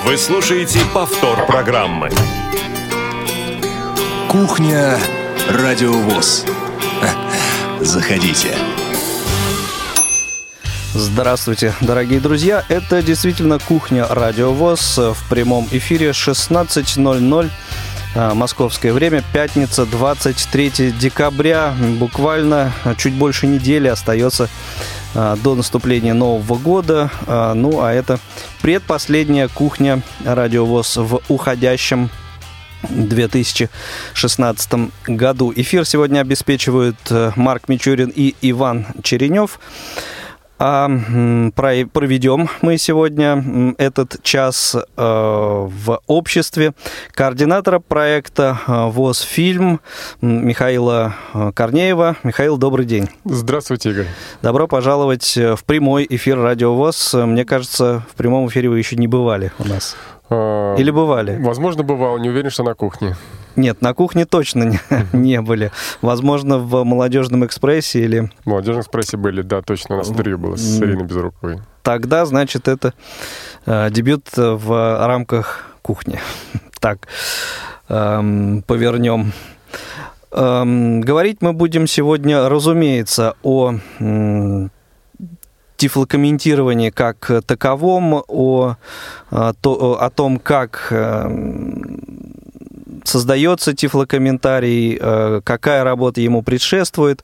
Вы слушаете повтор программы. Кухня Радио ВОС. Заходите. Здравствуйте, дорогие друзья. Это действительно Кухня Радио ВОС в прямом эфире 16:00. Московское время, пятница, 23 декабря. Буквально чуть больше недели остается до наступления Нового года. Ну, а это предпоследняя Кухня Радио ВОС в уходящем 2016 году. Эфир сегодня обеспечивают Марк Мичурин и Иван Черенев. Проведем мы сегодня этот час в обществе координатора проекта ВОС-фильм Михаила Корнеева. Михаил, добрый день. Здравствуйте, Игорь. Добро пожаловать в прямой эфир Радио ВОС. Мне кажется, в прямом эфире вы еще не бывали у нас. Или бывали? Возможно, бывал. Не уверен, что на кухне. Нет, на кухне точно не были. Возможно, в «Молодежном экспрессе» или... В «Молодежном экспрессе» были, да, точно. У нас интервью было с Ириной Безруковой. Тогда, значит, это дебют в рамках кухни. Так, повернем. Говорить мы будем сегодня, разумеется, о тифлокомментировании как таковом, о том, как создается тифлокомментарий, какая работа ему предшествует,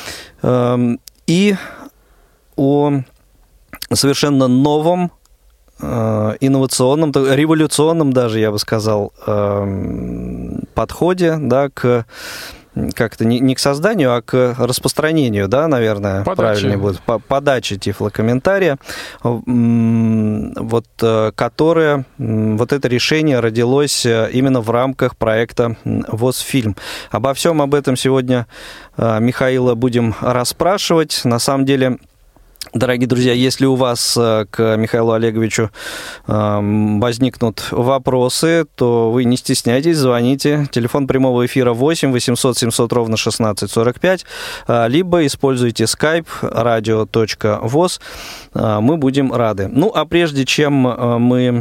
и о совершенно новом, инновационном, революционном даже, я бы сказал, подходе, да, к как-то не к созданию, а к распространению, да, наверное, правильнее будет, подаче тифлокомментария, вот, которое, вот это решение родилось именно в рамках проекта ВОС-фильм. Обо всем об этом сегодня Михаила будем расспрашивать. На самом деле, дорогие друзья, если у вас к Михаилу Олеговичу возникнут вопросы, то вы не стесняйтесь, звоните. Телефон прямого эфира 8 800 700 ровно 1645, либо используйте skype radio.voz. Мы будем рады. Ну, а прежде чем мы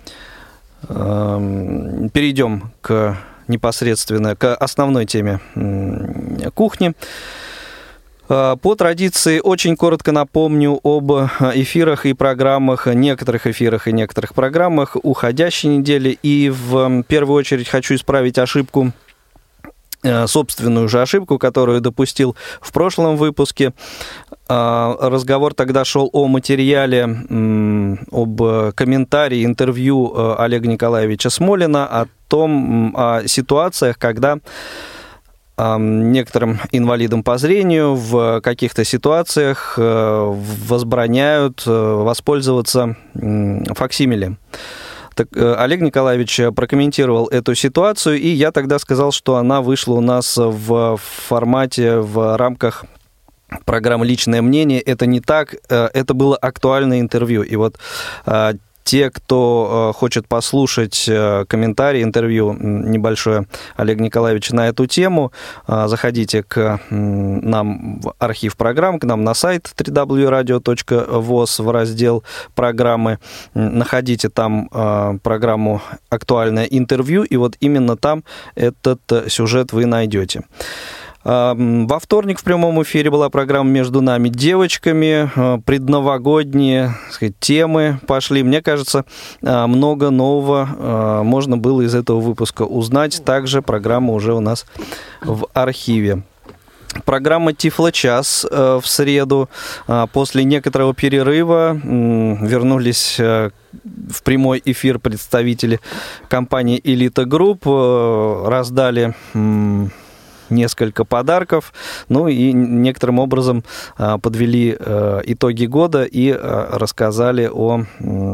перейдем непосредственно к основной теме кухни, по традиции очень коротко напомню об эфирах и программах, некоторых эфирах и некоторых программах уходящей недели. И в первую очередь хочу исправить ошибку, собственную же ошибку, которую допустил в прошлом выпуске. Разговор тогда шел о материале, об комментарии, интервью Олега Николаевича Смолина, о ситуациях, когда некоторым инвалидам по зрению в каких-то ситуациях возбраняют воспользоваться факсимиле. Так, Олег Николаевич прокомментировал эту ситуацию, и я тогда сказал, что она вышла у нас в формате, в рамках программы «Личное мнение». Это не так, это было актуальное интервью. И вот те, кто хочет послушать комментарий, интервью небольшое Олега Николаевича на эту тему, заходите к нам в архив программ, к нам на сайт www.radio.voz в раздел «Программы». Находите там программу «Актуальное интервью», и вот именно там этот сюжет вы найдете. Во вторник в прямом эфире была программа «Между нами девочками». Предновогодние, так сказать, темы пошли. Мне кажется, много нового можно было из этого выпуска узнать. Также программа уже у нас в архиве. Программа «Тифлочас» в среду. После некоторого перерыва вернулись в прямой эфир представители компании «Элита Групп». Раздали несколько подарков, ну и некоторым образом подвели итоги года и рассказали о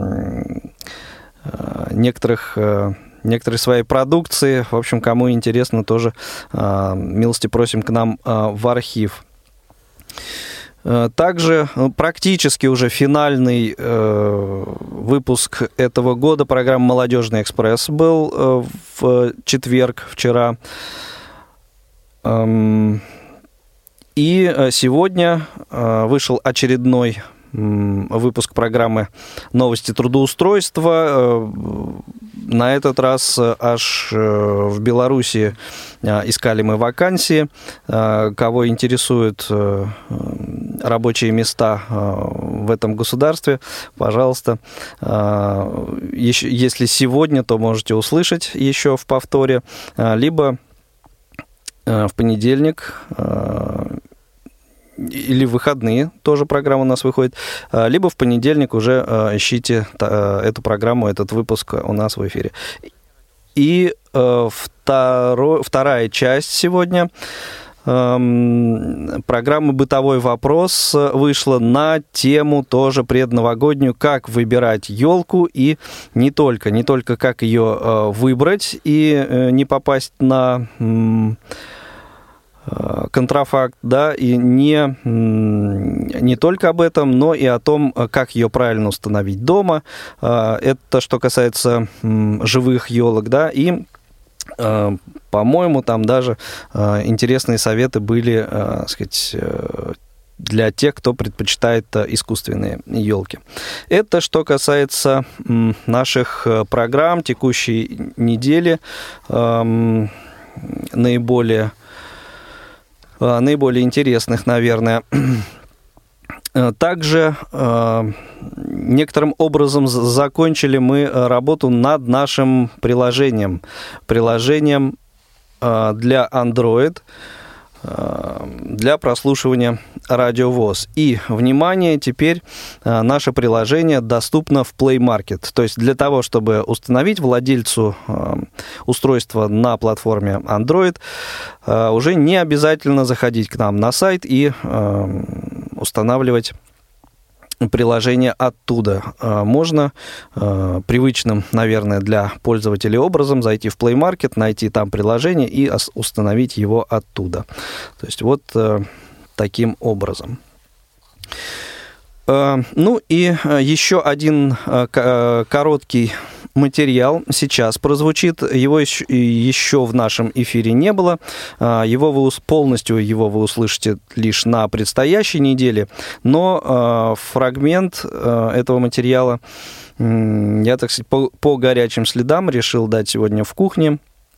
некоторой своей продукции. В общем, кому интересно, тоже милости просим к нам в архив. Также практически уже финальный выпуск этого года программы «Молодежный экспресс» был в четверг, вчера. И сегодня вышел очередной выпуск программы «Новости трудоустройства». На этот раз аж в Беларуси искали мы вакансии. Кого интересуют рабочие места в этом государстве, пожалуйста, если сегодня, то можете услышать еще в повторе, либо в понедельник или в выходные тоже программа у нас выходит, либо в понедельник уже ищите эту программу, этот выпуск у нас в эфире. И вторая часть сегодня программы «Бытовой вопрос» вышла на тему тоже предновогоднюю, как выбирать елку, и не только как ее выбрать и не попасть на контрафакт, да, и не только об этом, но и о том, как ее правильно установить дома. Это что касается живых елок, да, и, по-моему, там даже интересные советы были, так сказать, для тех, кто предпочитает искусственные елки. Это что касается наших программ текущей недели, наиболее интересных, наверное. Также некоторым образом закончили мы работу над нашим приложением для Android, для прослушивания Радио ВОС. И, внимание, теперь наше приложение доступно в Play Market. То есть для того, чтобы установить владельцу устройства на платформе Android, уже не обязательно заходить к нам на сайт и устанавливать приложение оттуда. Можно привычным, наверное, для пользователей образом зайти в Play Market, найти там приложение и установить его оттуда. То есть вот таким образом. Ну и еще один короткий материал сейчас прозвучит. Его еще в нашем эфире не было. Полностью его вы услышите лишь на предстоящей неделе. Но фрагмент этого материала я, так сказать, по горячим следам решил дать сегодня в кухне.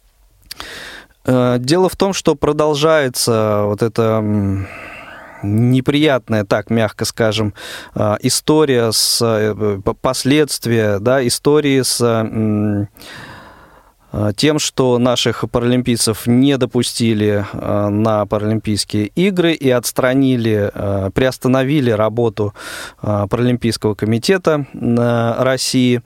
Дело в том, что продолжается вот эта неприятная, так мягко скажем, история последствия, да, истории с тем, что наших паралимпийцев не допустили на Паралимпийские игры и приостановили работу Паралимпийского комитета России.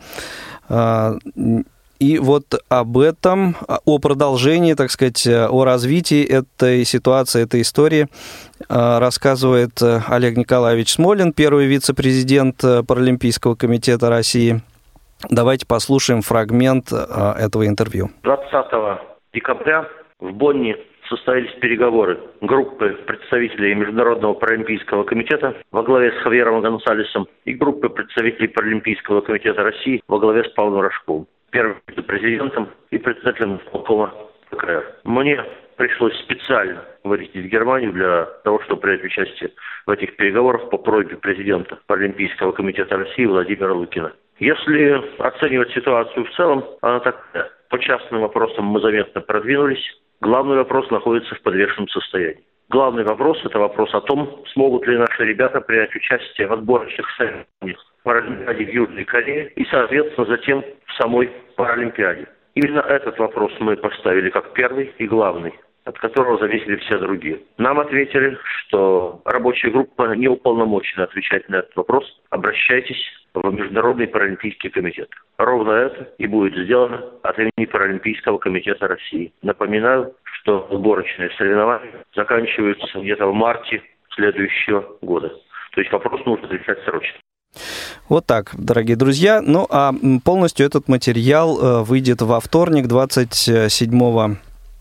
И вот об этом, о продолжении, так сказать, о развитии этой ситуации, этой истории рассказывает Олег Николаевич Смолин, первый вице-президент Паралимпийского комитета России. Давайте послушаем фрагмент этого интервью. 20 декабря в Бонне состоялись переговоры группы представителей Международного паралимпийского комитета во главе с Хавьером Гонсалесом и группы представителей Паралимпийского комитета России во главе с Павлом Рожковым, первым президентом и председателем исполкома ККР. Мне пришлось специально вылететь в Германию для того, чтобы принять участие в этих переговорах по просьбе президента Паралимпийского комитета России Владимира Лукина. Если оценивать ситуацию в целом, она такая. По частным вопросам мы заметно продвинулись. Главный вопрос находится в подвешенном состоянии. Главный вопрос – это вопрос о том, смогут ли наши ребята принять участие в отборочных соревнованиях в Паралимпиаде в Южной Корее и, соответственно, затем в самой Паралимпиаде. Именно этот вопрос мы поставили как первый и главный, от которого зависели все другие. Нам ответили, что рабочая группа не уполномочена отвечать на этот вопрос. Обращайтесь в Международный паралимпийский комитет. Ровно это и будет сделано от имени Паралимпийского комитета России. Напоминаю, что сборочные соревнования заканчиваются где-то в марте следующего года. То есть вопрос нужно решать срочно. Вот так, дорогие друзья. Ну, а полностью этот материал выйдет во вторник, 27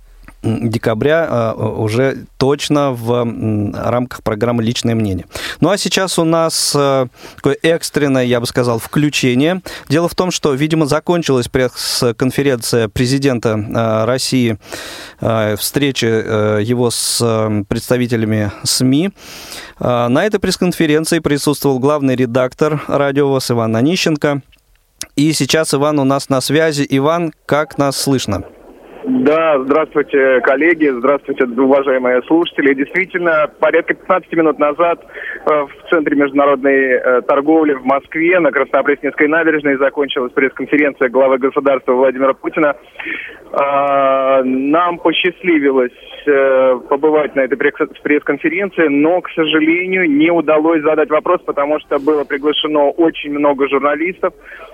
декабря уже точно в рамках программы «Личное мнение». Ну а сейчас у нас такое экстренное, я бы сказал, включение. Дело в том, что, видимо, закончилась пресс-конференция президента России, встреча его с представителями СМИ. На этой пресс-конференции присутствовал главный редактор «Радио ВОС» Иван Онищенко. И сейчас Иван у нас на связи. Иван, как нас слышно? Да, здравствуйте, коллеги, здравствуйте, уважаемые слушатели. Действительно, порядка 15 минут назад в Центре международной торговли в Москве на Краснопресненской набережной закончилась пресс-конференция главы государства Владимира Путина. Нам посчастливилось побывать на этой пресс-конференции, но, к сожалению, не удалось задать вопрос, потому что было приглашено очень много журналистов.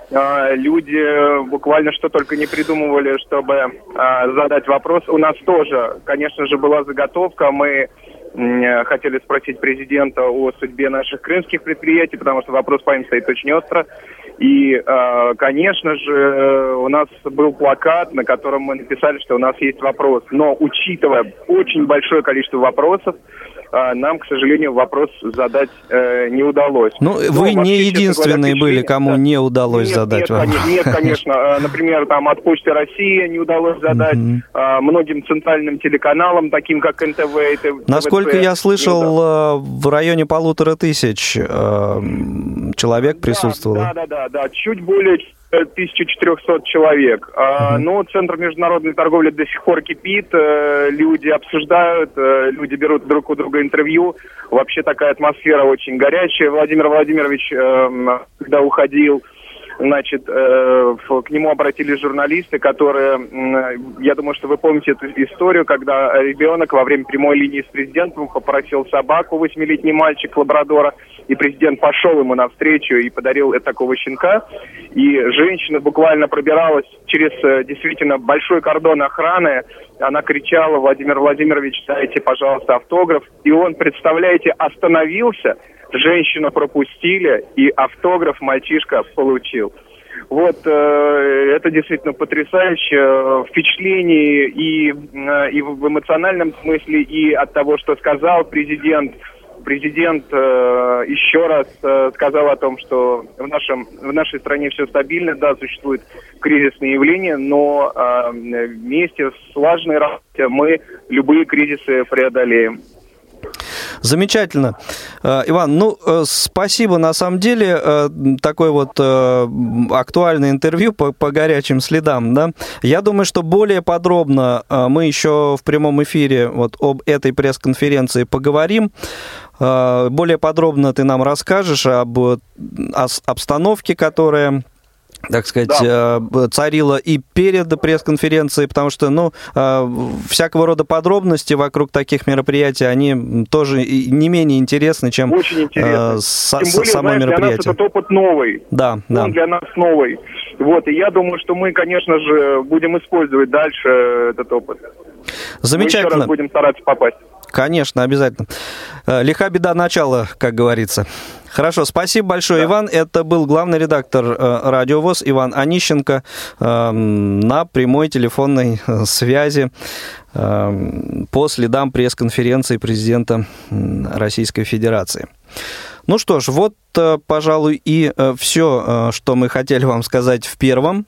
Люди буквально что только не придумывали, чтобы задать вопрос. У нас тоже, конечно же, была заготовка. Мы хотели спросить президента о судьбе наших крымских предприятий, потому что вопрос по ним стоит очень остро. И, конечно же, у нас был плакат, на котором мы написали, что у нас есть вопрос. Но, учитывая очень большое количество вопросов, нам, к сожалению, вопрос задать не удалось. Ну, вы не единственные были, кому не удалось задать вопрос. Нет, конечно. Например, там от Почты России не удалось задать, многим центральным телеканалам, таким как НТВ. Насколько я слышал, в районе 1500 человек присутствовало. Да, чуть более 1400 человек. Но Центр международной торговли до сих пор кипит, люди обсуждают, люди берут друг у друга интервью. Вообще такая атмосфера очень горячая. Владимир Владимирович, когда уходил, значит, к нему обратились журналисты, которые, я думаю, что вы помните эту историю, когда ребенок во время прямой линии с президентом попросил собаку, 8-летний мальчик, лабрадора, и президент пошел ему навстречу и подарил такого щенка. И женщина буквально пробиралась через действительно большой кордон охраны. Она кричала: Владимир Владимирович, дайте, пожалуйста, автограф. И он, представляете, остановился, женщину пропустили, и автограф мальчишка получил. Вот, это действительно потрясающее впечатление и в эмоциональном смысле, и от того, что сказал президент. Президент еще раз сказал о том, что в нашей стране все стабильно, да, существуют кризисные явления, но вместе с слаженной работой мы любые кризисы преодолеем. Замечательно. Иван, спасибо, на самом деле, такое вот актуальное интервью по горячим следам, да. Я думаю, что более подробно мы еще в прямом эфире вот об этой пресс-конференции поговорим. Более подробно ты нам расскажешь об обстановке, которая, так сказать, царила и перед пресс-конференцией, потому что, всякого рода подробности вокруг таких мероприятий, они тоже не менее интересны, чем само мероприятие. Для нас этот опыт новый. Да. Он для нас новый. Вот, и я думаю, что мы, конечно же, будем использовать дальше этот опыт. Замечательно. Мы еще раз будем стараться попасть. Конечно, обязательно. Лиха беда начала, как говорится. Хорошо, спасибо большое, Иван. Это был главный редактор Радио ВОС Иван Онищенко на прямой телефонной связи по следам пресс-конференции президента Российской Федерации. Ну что ж, вот, пожалуй, и все, что мы хотели вам сказать в первом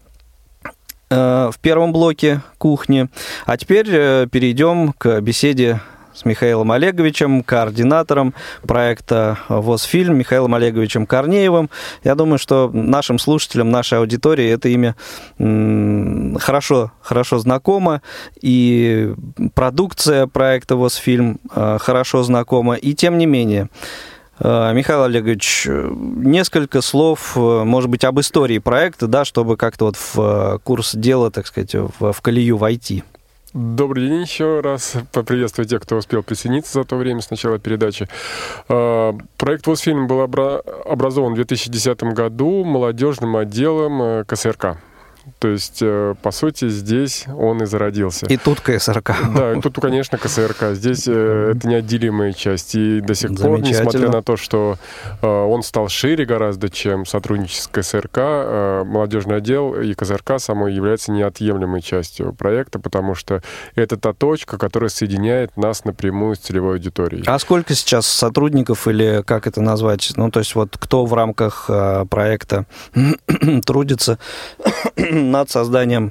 блоке кухни. А теперь перейдем к беседе с Михаилом Олеговичем, координатором проекта «ВОС-фильм», Михаилом Олеговичем Корнеевым. Я думаю, что нашим слушателям, нашей аудитории это имя хорошо знакомо, и продукция проекта «ВОС-фильм» хорошо знакома, и тем не менее. Михаил Олегович, несколько слов, может быть, об истории проекта, да, чтобы как-то вот в курс дела, так сказать, в колею войти. Добрый день еще раз. Поприветствую тех, кто успел присоединиться за то время с начала передачи. Проект «ВОС-фильм» был образован в 2010 году молодежным отделом КСРК. То есть, по сути, здесь он и зародился. И тут КСРК. Да, и тут, конечно, КСРК. Здесь это неотделимая часть. И до сих пор, несмотря на то, что он стал шире гораздо, чем сотрудничество с КСРК, молодежный отдел и КСРК самой является неотъемлемой частью проекта, потому что это та точка, которая соединяет нас напрямую с целевой аудиторией. А сколько сейчас сотрудников, или как это назвать? Ну, то есть вот кто в рамках проекта трудится над созданием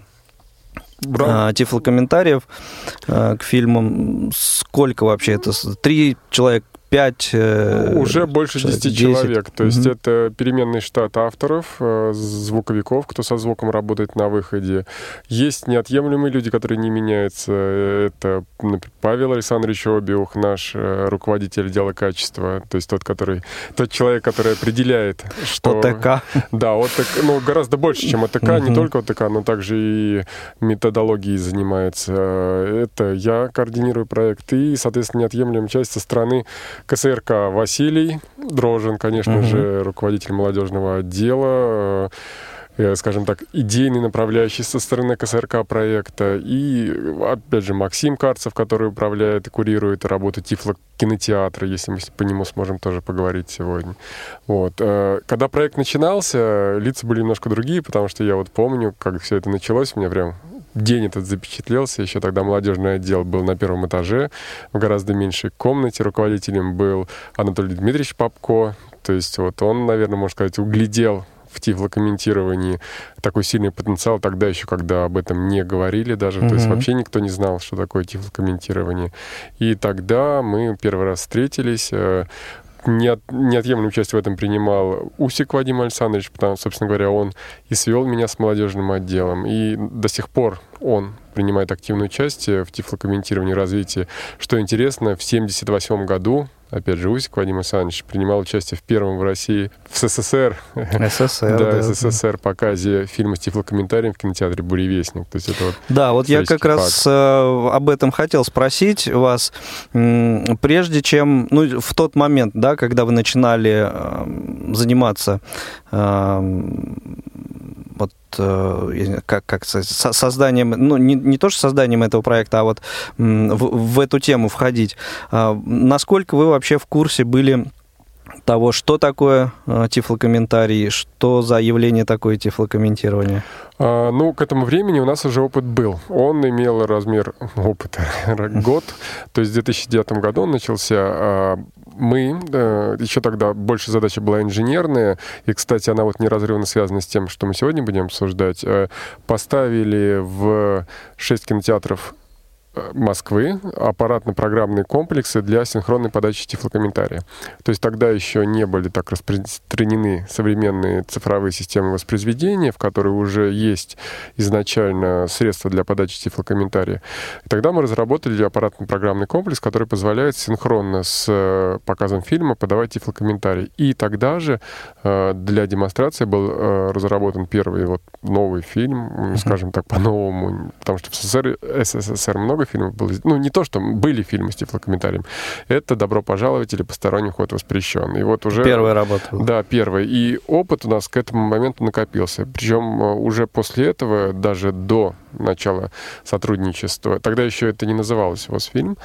тифлокомментариев к фильмам? Сколько вообще это? 3 человека? 5? Уже больше 10 человек. То есть это переменный штат авторов, звуковиков, кто со звуком работает на выходе. Есть неотъемлемые люди, которые не меняются. Это, например, Павел Александрович Обиух, наш руководитель отдела качества. То есть тот человек, который определяет, что... ОТК. Да, ОТК, ну, гораздо больше, чем ОТК. Не только ОТК, но также и методологией занимается. Это я координирую проект. И, соответственно, неотъемлемая часть со стороны КСРК Василий Дрожин, конечно же, руководитель молодежного отдела, скажем так, идейный направляющий со стороны КСРК проекта. И, опять же, Максим Карцев, который управляет и курирует работу Тифлокинотеатра, если мы по нему сможем тоже поговорить сегодня. Вот. Когда проект начинался, лица были немножко другие, потому что я вот помню, как все это началось, у меня прям день этот запечатлелся. Еще тогда молодежный отдел был на 1-м этаже, в гораздо меньшей комнате. Руководителем был Анатолий Дмитриевич Попко. То есть вот он, наверное, можно сказать, углядел в тифлокомментировании такой сильный потенциал тогда еще, когда об этом не говорили даже. То есть вообще никто не знал, что такое тифлокомментирование. И тогда мы первый раз встретились. Неотъемлемую часть в этом принимал Усик Вадим Александрович, потому что, собственно говоря, он и свел меня с молодежным отделом. И до сих пор он принимает активное участие в тифлокомментировании, развитии. Что интересно, в 1978 году, опять же, Усик Вадим Александрович принимал участие в первом в России, в СССР, СССР показе фильма с тифлокомментарием в кинотеатре «Буревестник». То есть это вот да, вот я как раз об этом хотел спросить вас. Прежде чем, ну, в тот момент, да, когда вы начинали заниматься вот как созданием, ну, не то, что созданием этого проекта, а вот в эту тему входить. Насколько вы вообще в курсе были того, что такое тифлокомментарий, что за явление такое тифлокомментирование? Ну, к этому времени у нас уже опыт был. Он имел размер опыта год. То есть в 2009 году он начался. Мы, еще тогда больше задача была инженерная, и, кстати, она вот неразрывно связана с тем, что мы сегодня будем обсуждать, поставили в 6 кинотеатров Москвы аппаратно-программные комплексы для синхронной подачи тифлокомментария. То есть тогда еще не были так распространены современные цифровые системы воспроизведения, в которые уже есть изначально средства для подачи тифлокомментария. И тогда мы разработали аппаратно-программный комплекс, который позволяет синхронно с показом фильма подавать тифлокомментарий. И тогда же для демонстрации был разработан первый вот новый фильм, скажем так, по-новому, потому что в СССР много фильмов было. Ну, не то, что были фильмы с тифлокомментарием. Это «Добро пожаловать» или «Посторонний вход воспрещен». И вот уже... Первая работа. Да, первая. И опыт у нас к этому моменту накопился. Причем уже после этого, даже до начала сотрудничества, тогда еще это не называлось ВОС-фильм,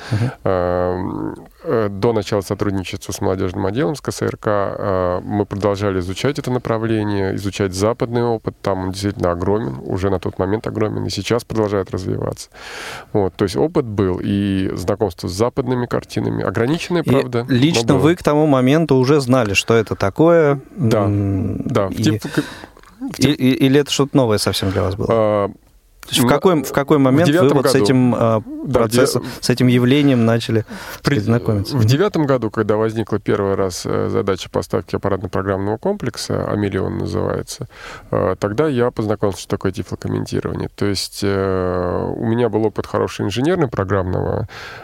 до начала сотрудничества с молодежным отделом, с КСРК, мы продолжали изучать это направление, изучать западный опыт. Там он действительно огромен, уже на тот момент огромен, и сейчас продолжает развиваться. Вот, то есть опыт был, и знакомство с западными картинами. Ограниченное, правда. И лично вы к тому моменту уже знали, что это такое? Да, да. Или это что-то новое совсем для вас было? В какой момент вы вот с этим процессом, с этим явлением начали знакомиться? В 2009 году, когда возникла первый раз задача поставки аппаратно-программного комплекса, «Амелия» он называется, тогда я познакомился, что такое тифлокомментирование. То есть у меня был опыт хороший инженерно-программной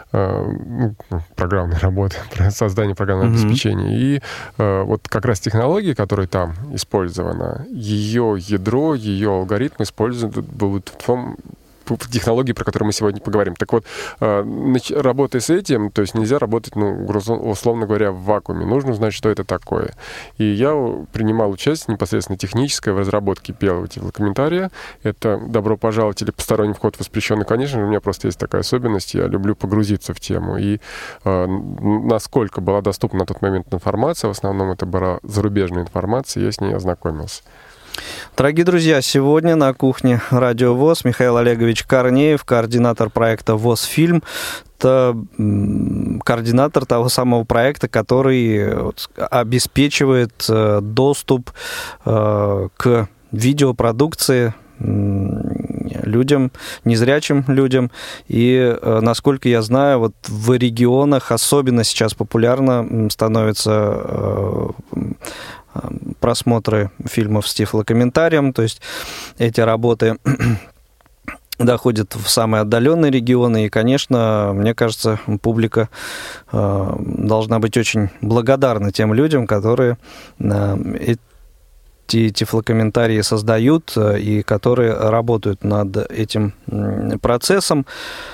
работы, создания программного обеспечения. И вот как раз технологии, которые там использованы, ее ядро, ее алгоритмы используют будут технологии, про которые мы сегодня поговорим. Так вот, работая с этим, то есть нельзя работать, условно говоря, в вакууме. Нужно знать, что это такое. И я принимал участие непосредственно техническое в разработке первого тифлокомментария. Это «Добро пожаловать» или «Посторонний вход воспрещен». Конечно же, у меня просто есть такая особенность. Я люблю погрузиться в тему. И насколько была доступна на тот момент информация, в основном это была зарубежная информация, я с ней ознакомился. Дорогие друзья, сегодня на кухне Радио ВОС Михаил Олегович Корнеев, координатор проекта ВОС-фильм. Это координатор того самого проекта, который обеспечивает доступ к видеопродукции людям, незрячим людям. И, насколько я знаю, вот в регионах особенно сейчас популярно становится просмотры фильмов с тифлокомментарием, то есть эти работы доходят в самые отдаленные регионы, и, конечно, мне кажется, публика должна быть очень благодарна тем людям, которые эти тифлокомментарии создают и которые работают над этим процессом.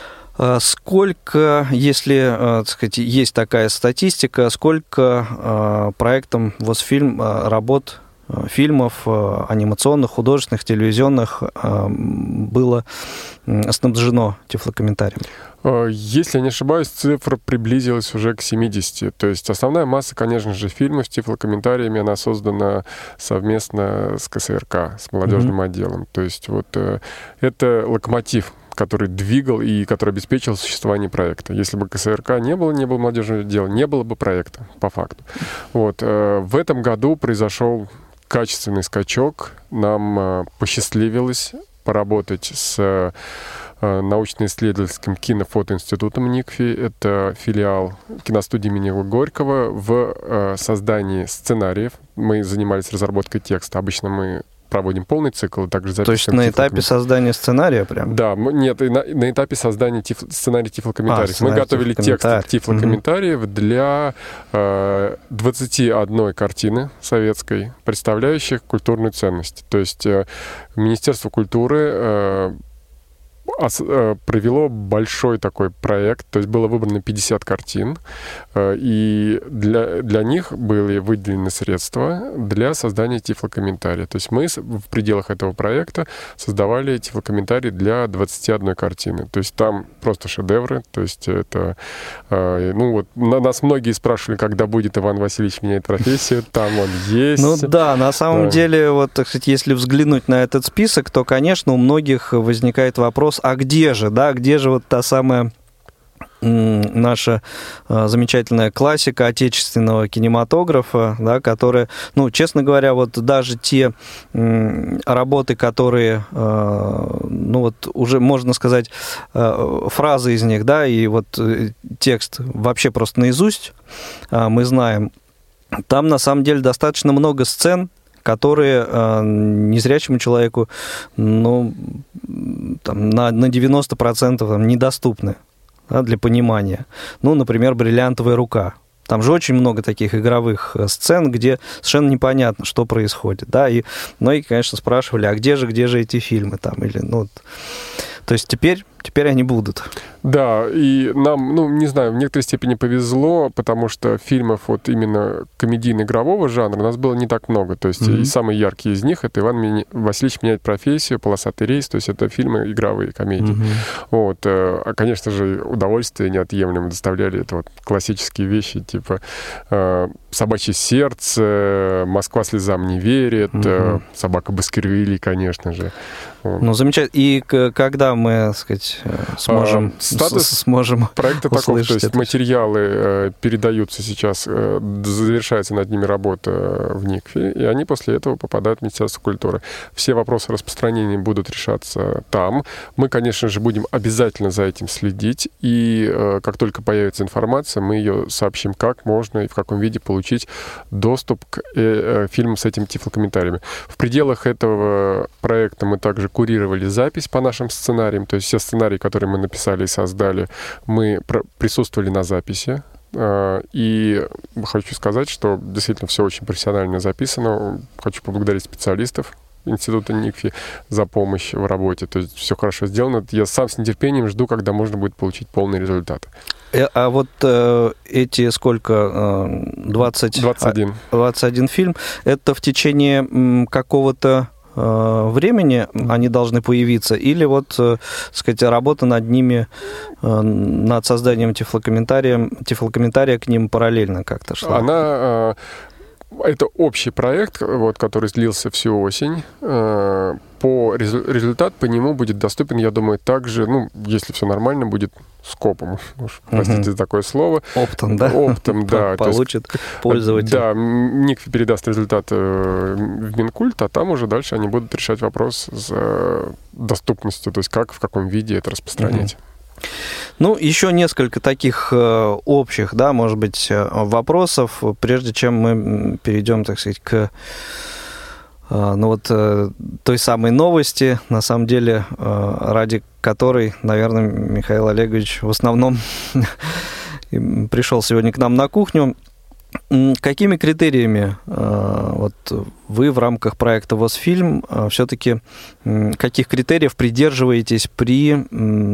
Сколько, если, так сказать, есть такая статистика, сколько проектом ВОС-фильм работ, фильмов анимационных, художественных, телевизионных было снабжено тифлокомментарием? Если я не ошибаюсь, цифра приблизилась уже к 70. То есть основная масса, конечно же, фильмов с тифлокомментариями, она создана совместно с КСРК, с молодежным отделом. То есть вот это локомотив, который двигал и который обеспечил существование проекта. Если бы КСРК не было молодежного дела, не было бы проекта, по факту. Вот. В этом году произошел качественный скачок. Нам посчастливилось поработать с научно-исследовательским кинофотоинститутом НИКФИ. Это филиал киностудии имени Горького в создании сценариев. Мы занимались разработкой текста. Обычно мы проводим полный цикл, и также записываем. То есть на этапе создания сценария прям? Да, нет, на этапе создания сценария тифлокомментариев. Мы готовили текст тифлокомментариев для 21 картины советской, представляющих культурную ценность. То есть Министерство культуры провело большой такой проект, то есть было выбрано 50 картин, и для них были выделены средства для создания тифлокомментария. То есть мы в пределах этого проекта создавали тифлокомментарий для 21 картины. То есть там просто шедевры, то есть это... нас многие спрашивали, когда будет Иван Васильевич меняет профессию, там он есть. Ну да, на самом деле, вот, так сказать, если взглянуть на этот список, то, конечно, у многих возникает вопрос, а где же вот та самая наша замечательная классика отечественного кинематографа, да, которая, честно говоря, вот даже те работы, которые, уже можно сказать, фразы из них, да, и вот текст вообще просто наизусть мы знаем, там на самом деле достаточно много сцен, которые незрячему человеку, на 90% недоступны, да, для понимания. Например, «Бриллиантовая рука». Там же очень много таких игровых сцен, где совершенно непонятно, что происходит. Да? И многие, конечно, спрашивали, а где же эти фильмы? Там, или, То есть теперь они будут. Да, и нам, не знаю, в некоторой степени повезло, потому что фильмов вот именно комедийно-игрового жанра у нас было не так много. То есть и самые яркие из них — это «Иван Васильевич меняет профессию», «Полосатый рейс», то есть это фильмы игровые, комедии. Вот. А, конечно же, удовольствие неотъемлемо доставляли это вот классические вещи, типа «Собачье сердце», «Москва слезам не верит», «Собака Баскервилей», конечно же. Замечательно. И когда мы, так сказать, сможем проекта таков, то есть это. Материалы передаются сейчас, завершается над ними работа в НИКФИ, и они после этого попадают в Министерство культуры. Все вопросы распространения будут решаться там. Мы, конечно же, будем обязательно за этим следить, и как только появится информация, мы ее сообщим, как можно и в каком виде получить доступ к фильмам с этими тифлокомментариями. В пределах этого проекта мы также курировали запись по нашим сценариям, то есть все сценарии, которые мы написали и создали, мы присутствовали на записи. И хочу сказать, что действительно все очень профессионально записано. Хочу поблагодарить специалистов Института НИКФИ за помощь в работе. То есть все хорошо сделано. Я сам с нетерпением жду, когда можно будет получить полный результат. А вот эти сколько? 21 фильм. Это в течение какого-то времени они должны появиться? Или вот, так сказать, работа над ними, над созданием тифлокомментария к ним параллельно как-то шла? Это общий проект, вот, который длился всю осень. Результат по нему будет доступен, я думаю, также, если все нормально, будет скопом. Простите за такое слово. Оптом, да? Оптом, да. Получит пользователь. Да, НИКФИ передаст результат в Минкульт, а там уже дальше они будут решать вопрос с доступностью, то есть как, в каком виде это распространять. Еще несколько таких общих, да, может быть, вопросов, прежде чем мы перейдем, так сказать, к той самой новости, на самом деле, ради которой, наверное, Михаил Олегович в основном пришел сегодня к нам на кухню. Какими критериями вы в рамках проекта ВОС-фильм все-таки, каких критериев придерживаетесь при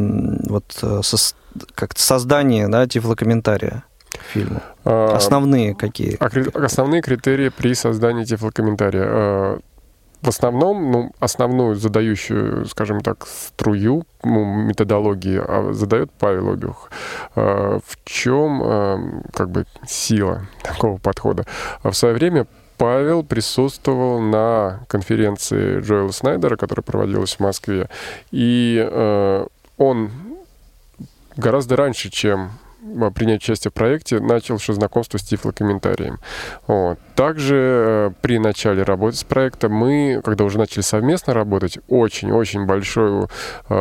создании, да, тифлокомментария к фильму? Основные какие? Основные критерии при создании тифлокомментария. В основном, основную задающую, скажем так, струю методологии задает Павел Обиух. В чем сила такого подхода? В свое время Павел присутствовал на конференции Джоэла Снайдера, которая проводилась в Москве, и он гораздо раньше, чем принять участие в проекте, начал уже знакомство с тифлокомментарием. Также при начале работы с проектом мы, когда уже начали совместно работать, очень-очень большое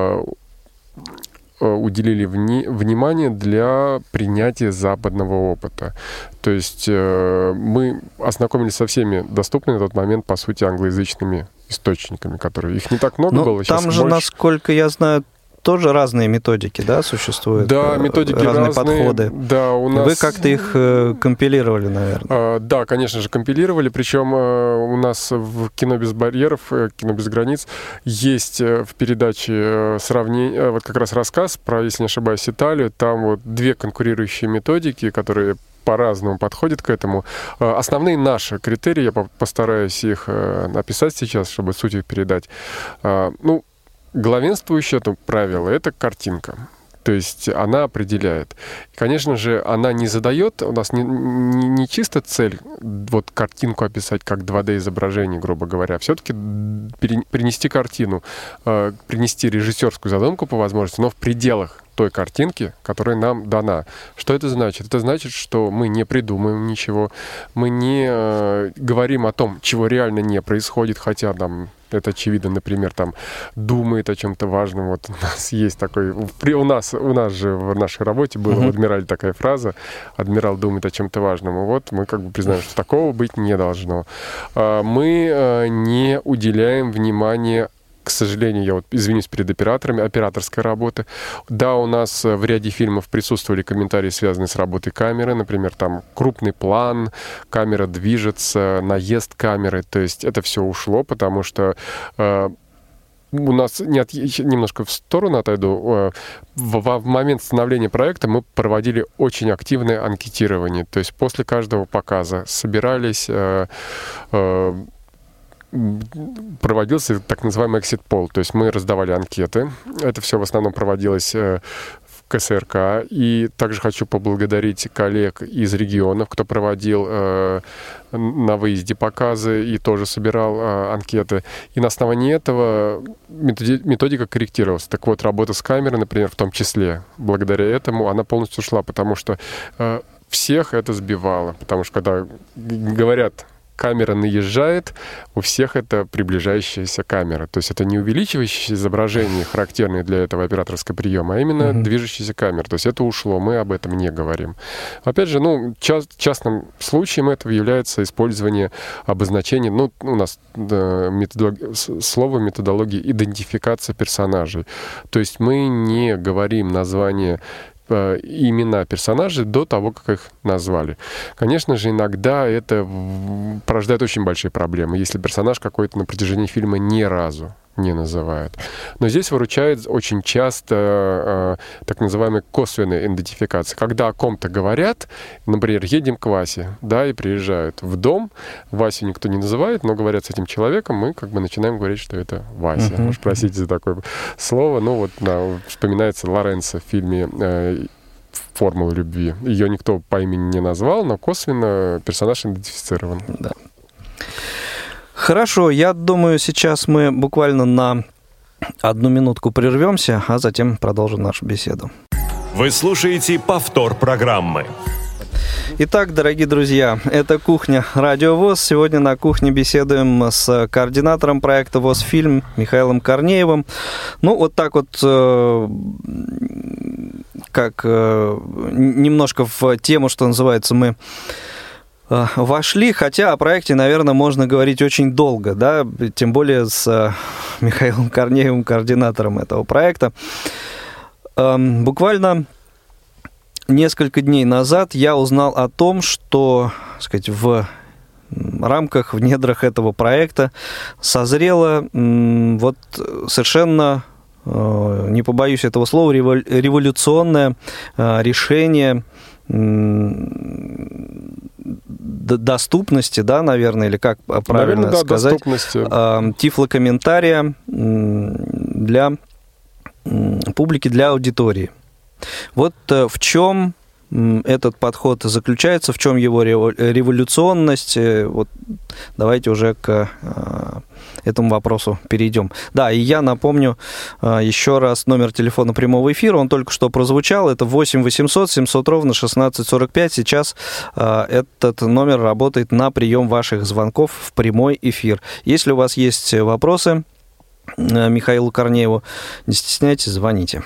уделили внимание для принятия западного опыта. То есть мы ознакомились со всеми доступными на тот момент, по сути, англоязычными источниками, которые... Их не так много было. Там же, насколько я знаю, тоже разные методики, да, существуют? Да, методики разные подходы. Да, у нас... Вы как-то их компилировали, наверное? Да, конечно же, компилировали. Причем у нас в «Кино без барьеров», «Кино без границ» есть в передаче сравнение, как раз рассказ про, если не ошибаюсь, Италию. Там две конкурирующие методики, которые по-разному подходят к этому. Основные наши критерии, я постараюсь их написать сейчас, чтобы суть их передать. Главенствующее правило — это картинка. То есть она определяет. Конечно же, она не задает, у нас не чисто цель картинку описать как 2D-изображение, грубо говоря. Все-таки принести картину, принести режиссерскую задумку по возможности, но в пределах той картинки, которая нам дана. Что это значит? Это значит, что мы не придумаем ничего, мы не говорим о том, чего реально не происходит, хотя нам это очевидно, например, думает о чем-то важном. У нас есть такой... У нас же в нашей работе была в «Адмирале» такая фраза: «Адмирал думает о чем-то важном». Мы признаем, что такого быть не должно. Мы не уделяем внимания, к сожалению, я извинюсь перед операторами, операторской работы. Да, у нас в ряде фильмов присутствовали комментарии, связанные с работой камеры. Например, крупный план, камера движется, наезд камеры. То есть это все ушло, потому что у нас, немножко в сторону отойду, в момент становления проекта мы проводили очень активное анкетирование. То есть после каждого показа собирались... проводился так называемый экзит-пол, то есть мы раздавали анкеты. Это все в основном проводилось в КСРК. И также хочу поблагодарить коллег из регионов, кто проводил на выезде показы и тоже собирал анкеты. И на основании этого методика корректировалась. Так вот, работа с камерой, например, в том числе, благодаря этому она полностью ушла, потому что всех это сбивало. Потому что когда говорят... камера наезжает, у всех это приближающаяся камера. То есть это не увеличивающееся изображение, характерное для этого операторского приема, а именно движущаяся камера. То есть это ушло, мы об этом не говорим. Опять же, частным случаем этого является использование обозначения, у нас слово методологии идентификация персонажей. То есть мы не говорим название имена персонажей до того, как их назвали. Конечно же, иногда это порождает очень большие проблемы, если персонаж какой-то на протяжении фильма ни разу не называют. Но здесь выручает очень часто так называемая косвенная идентификация. Когда о ком-то говорят, например, едем к Васе, да, и приезжают в дом, Васю никто не называет, но говорят с этим человеком, мы как бы начинаем говорить, что это Вася. Уж простите за такое слово. Ну вот вспоминается Лоренцо в фильме «Формула любви». Ее никто по имени не назвал, но косвенно персонаж идентифицирован. Да. Хорошо, я думаю, сейчас мы буквально на 1 минутку прервемся, а затем продолжим нашу беседу. Вы слушаете повтор программы. Итак, дорогие друзья, это «Кухня. Радио ВОС». Сегодня на кухне беседуем с координатором проекта «ВОС-фильм» Михаилом Корнеевым. Ну, вот так вот, как немножко в тему, что называется, мы вошли, хотя о проекте, наверное, можно говорить очень долго, да, тем более с Михаилом Корнеевым, координатором этого проекта. Буквально несколько дней назад я узнал о том, что, так сказать, в рамках, в недрах этого проекта созрело вот совершенно, не побоюсь этого слова, революционное решение доступности, да, наверное, или как правильно сказать, тифлокомментария для публики, для аудитории. Вот в чем этот подход заключается, в чем его революционность. Вот давайте уже к этому вопросу перейдем. Да, и я напомню еще раз номер телефона прямого эфира, он только что прозвучал, это 8 800 700 ровно 1645. Сейчас этот номер работает на прием ваших звонков в прямой эфир. Если у вас есть вопросы Михаилу Корнееву, не стесняйтесь, звоните.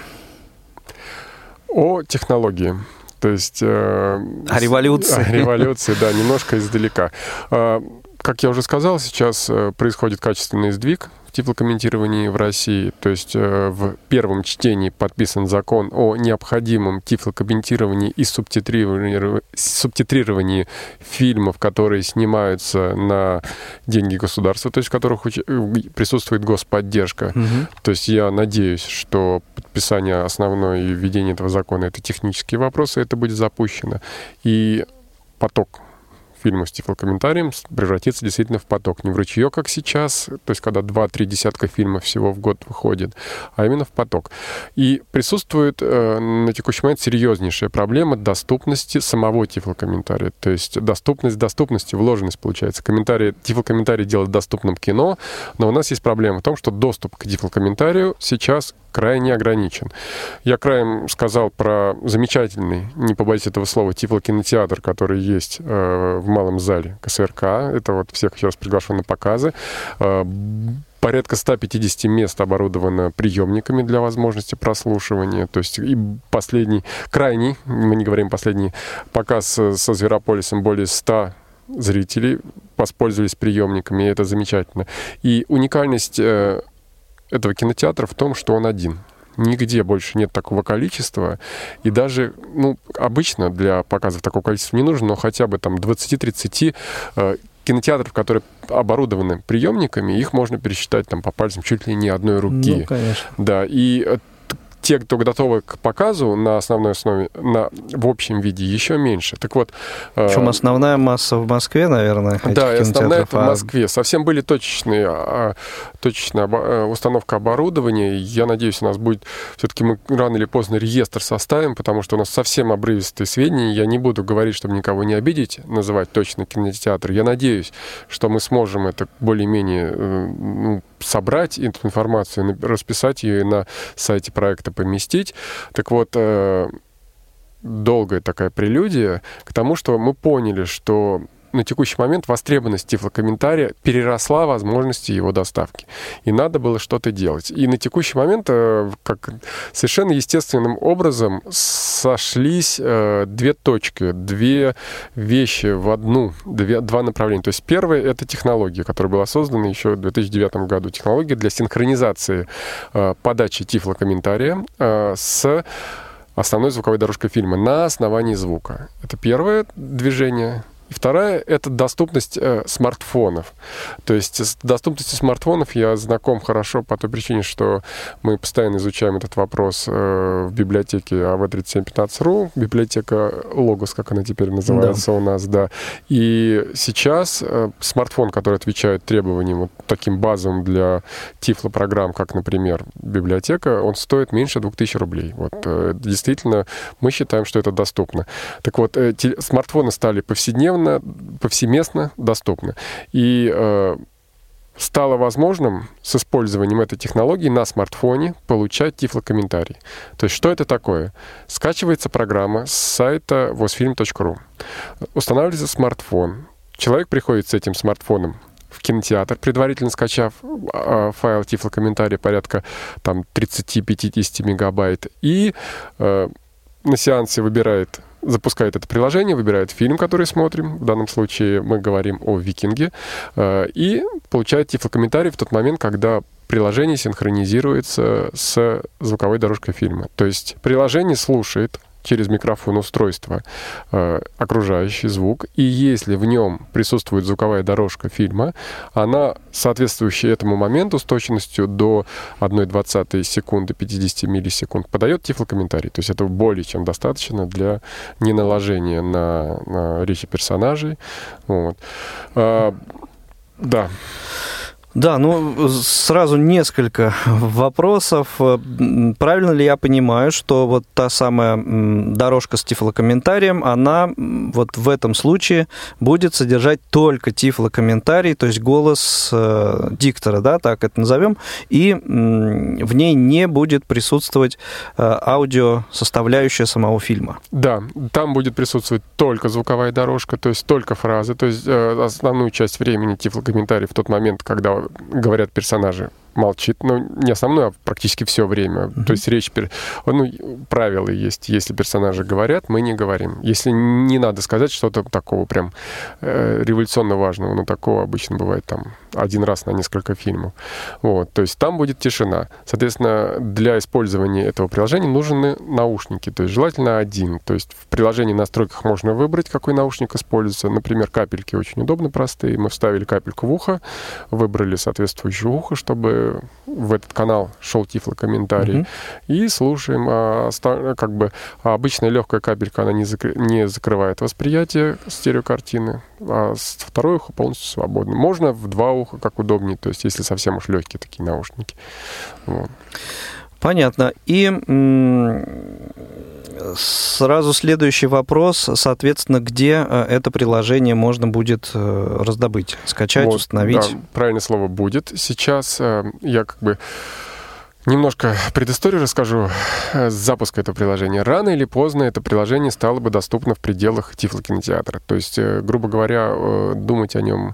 О технологии. То есть... О революции. О революции, да, немножко издалека. Как я уже сказал, сейчас происходит качественный сдвиг в тифлокомментировании в России. То есть в первом чтении подписан закон о необходимом тифлокомментировании и субтитрировании фильмов, которые снимаются на деньги государства, то есть в которых присутствует господдержка. То есть я надеюсь, что подписание основной и введение этого закона — это технические вопросы, это будет запущено. И поток фильмов с тифлокомментарием превратится действительно в поток. Не в ручеек, как сейчас, то есть когда 2-3 десятка фильмов всего в год выходит, а именно в поток. И присутствует на текущий момент серьезнейшая проблема доступности самого тифлокомментария. То есть доступность доступности, вложенность получается. Тифлокомментарий делает доступным кино, но у нас есть проблема в том, что доступ к тифлокомментарию сейчас крайне ограничен. Я краем сказал про замечательный, не побоюсь этого слова, тифлокинотеатр, который есть в Малом зале КСРК. Это вот всех еще раз приглашен на показы. Порядка 150 мест оборудовано приемниками для возможности прослушивания. То есть и крайний, мы не говорим последний, показ со Зверополисом, более 100 зрителей воспользовались приемниками, и это замечательно. И уникальность этого кинотеатра в том, что он один. Нигде больше нет такого количества. И даже, обычно для показов такого количества не нужно, но хотя бы там 20-30 кинотеатров, которые оборудованы приемниками, их можно пересчитать там по пальцам чуть ли не одной руки. Ну, конечно. Да, и те, кто готовы к показу на основной основе, в общем виде, еще меньше. Так вот... Причем основная масса в Москве, наверное, да, и основная это в Москве. Совсем были точечная установка оборудования. Я надеюсь, у нас будет... Все-таки мы рано или поздно реестр составим, потому что у нас совсем обрывистые сведения. Я не буду говорить, чтобы никого не обидеть, называть точно кинотеатр. Я надеюсь, что мы сможем это более-менее собрать эту информацию, расписать ее и на сайте проекта поместить. Так вот, долгая такая прелюдия к тому, что мы поняли, что на текущий момент востребованность тифлокомментария переросла возможности его доставки. И надо было что-то делать. И на текущий момент, как совершенно естественным образом, сошлись две точки, две вещи в два направления. То есть первое — это технология, которая была создана еще в 2009 году. Технология для синхронизации подачи тифлокомментария с основной звуковой дорожкой фильма на основании звука. Это первое движение. И вторая — это доступность смартфонов. То есть с доступностью смартфонов я знаком хорошо по той причине, что мы постоянно изучаем этот вопрос в библиотеке AV3715.ru, библиотека Logos, как она теперь называется, у нас, да. И сейчас смартфон, который отвечает требованиям вот таким базовым для тифлопрограмм, как, например, библиотека, он стоит меньше 2000 рублей. Вот, действительно, мы считаем, что это доступно. Так вот, смартфоны стали повсеместно доступны. И стало возможным с использованием этой технологии на смартфоне получать тифлокомментарий. То есть что это такое? Скачивается программа с сайта vosfilm.ru. Устанавливается смартфон. Человек приходит с этим смартфоном в кинотеатр, предварительно скачав файл тифлокомментария порядка там 30-50 мегабайт, и на сеансе запускает это приложение, выбирает фильм, который смотрим. В данном случае мы говорим о «Викинге», и получает тифлокомментарий в тот момент, когда приложение синхронизируется с звуковой дорожкой фильма. То есть приложение слушает через микрофон устройства окружающий звук, и если в нем присутствует звуковая дорожка фильма, она, соответствующая этому моменту, с точностью до 1/20 секунды 50 миллисекунд, подает тифлокомментарий. То есть это более чем достаточно для неналожения на речи персонажей. Вот. Да. Да, ну, сразу несколько вопросов. Правильно ли я понимаю, что вот та самая дорожка с тифлокомментарием, она вот в этом случае будет содержать только тифлокомментарий, то есть голос диктора, да, так это назовем, и в ней не будет присутствовать аудиосоставляющая самого фильма? Да, там будет присутствовать только звуковая дорожка, то есть только фразы, то есть основную часть времени тифлокомментарий в тот момент, когда говорят персонажи, молчит, ну, не основное, а практически все время. То есть речь... правила есть. Если персонажи говорят, мы не говорим. Если не надо сказать что-то такого прям революционно важного, но такого обычно бывает там один раз на несколько фильмов. Вот. То есть там будет тишина. Соответственно, для использования этого приложения нужны наушники. То есть желательно один. То есть в приложении настройках можно выбрать, какой наушник используется. Например, капельки очень удобно, простые. Мы вставили капельку в ухо, выбрали соответствующее ухо, чтобы в этот канал шел тифлокомментарий, и слушаем. Обычная легкая капелька, она не закрывает восприятие стереокартины, а второе ухо полностью свободно. Можно в два уха, как удобнее, то есть если совсем уж легкие такие наушники. Вот. Понятно. И сразу следующий вопрос, соответственно, где это приложение можно будет раздобыть, скачать, вот, установить? Да, правильное слово «будет». Сейчас я немножко предысторию расскажу запуска этого приложения. Рано или поздно это приложение стало бы доступно в пределах тифлокинотеатра. То есть, грубо говоря, думать о нем,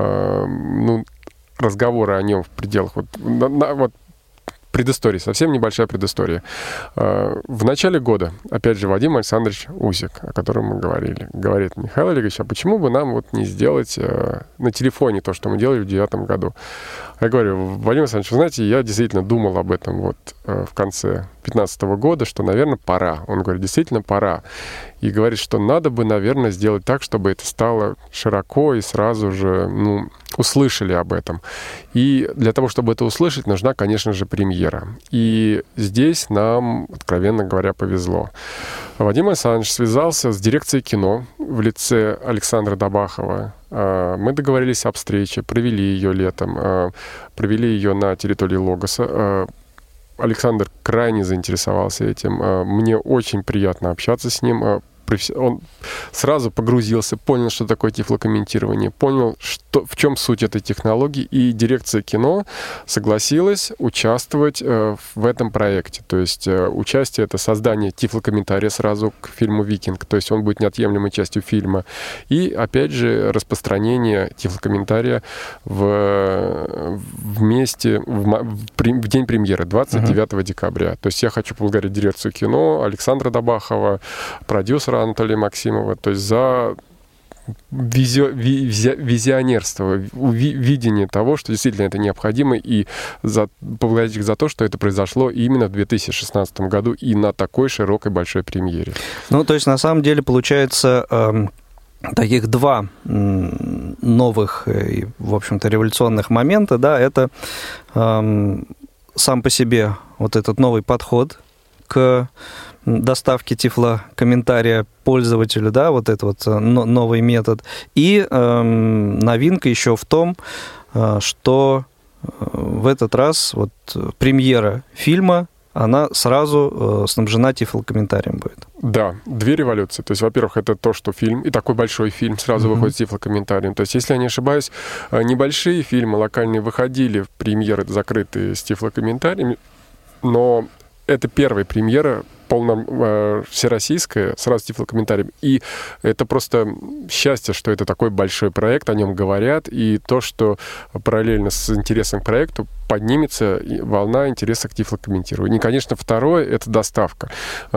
разговоры о нем в пределах... Предыстория, совсем небольшая предыстория. В начале года, опять же, Вадим Александрович Усик, о котором мы говорили, говорит: Михаил Олегович, а почему бы нам не сделать на телефоне то, что мы делали в 2009 году? Я говорю: Вадим Александрович, вы знаете, я действительно думал об этом в конце 2015 года, что, наверное, пора. Он говорит: действительно пора. И говорит, что надо бы, наверное, сделать так, чтобы это стало широко и сразу же, услышали об этом. И для того, чтобы это услышать, нужна, конечно же, премьера. И здесь нам, откровенно говоря, повезло. Вадим Александрович связался с дирекцией кино в лице Александра Добахова. Мы договорились об встрече, провели ее летом, провели ее на территории Логоса. Александр крайне заинтересовался этим. Мне очень приятно общаться с ним. Он сразу погрузился, понял, что такое тифлокомментирование, понял, в чем суть этой технологии, и дирекция кино согласилась участвовать в этом проекте. То есть участие — это создание тифлокомментария сразу к фильму «Викинг», то есть он будет неотъемлемой частью фильма, и, опять же, распространение тифлокомментария в день премьеры, 29 декабря. То есть я хочу поблагодарить дирекцию кино, Александра Добахова, продюсера Анатолия Максимова, то есть за визионерство, видение того, что действительно это необходимо, и поблагодарить за то, что это произошло именно в 2016 году и на такой широкой большой премьере. Ну, то есть, на самом деле, получается, таких два новых и, в общем-то, революционных момента, да, это сам по себе вот этот новый подход к доставке тифлокомментария пользователю, да, вот этот вот новый метод. И новинка еще в том, что в этот раз вот премьера фильма, она сразу снабжена тифлокомментарием будет. Да, две революции. То есть, во-первых, это то, что фильм, и такой большой фильм сразу выходит с тифлокомментарием. То есть, если я не ошибаюсь, небольшие фильмы локальные выходили в премьеры закрытые с тифлокомментариями, но это первая премьера всероссийская, сразу с тифлокомментарием. И это просто счастье, что это такой большой проект, о нем говорят, и то, что параллельно с интересом к проекту поднимется волна интереса к тифлокомментированию. И, конечно, второе — это доставка.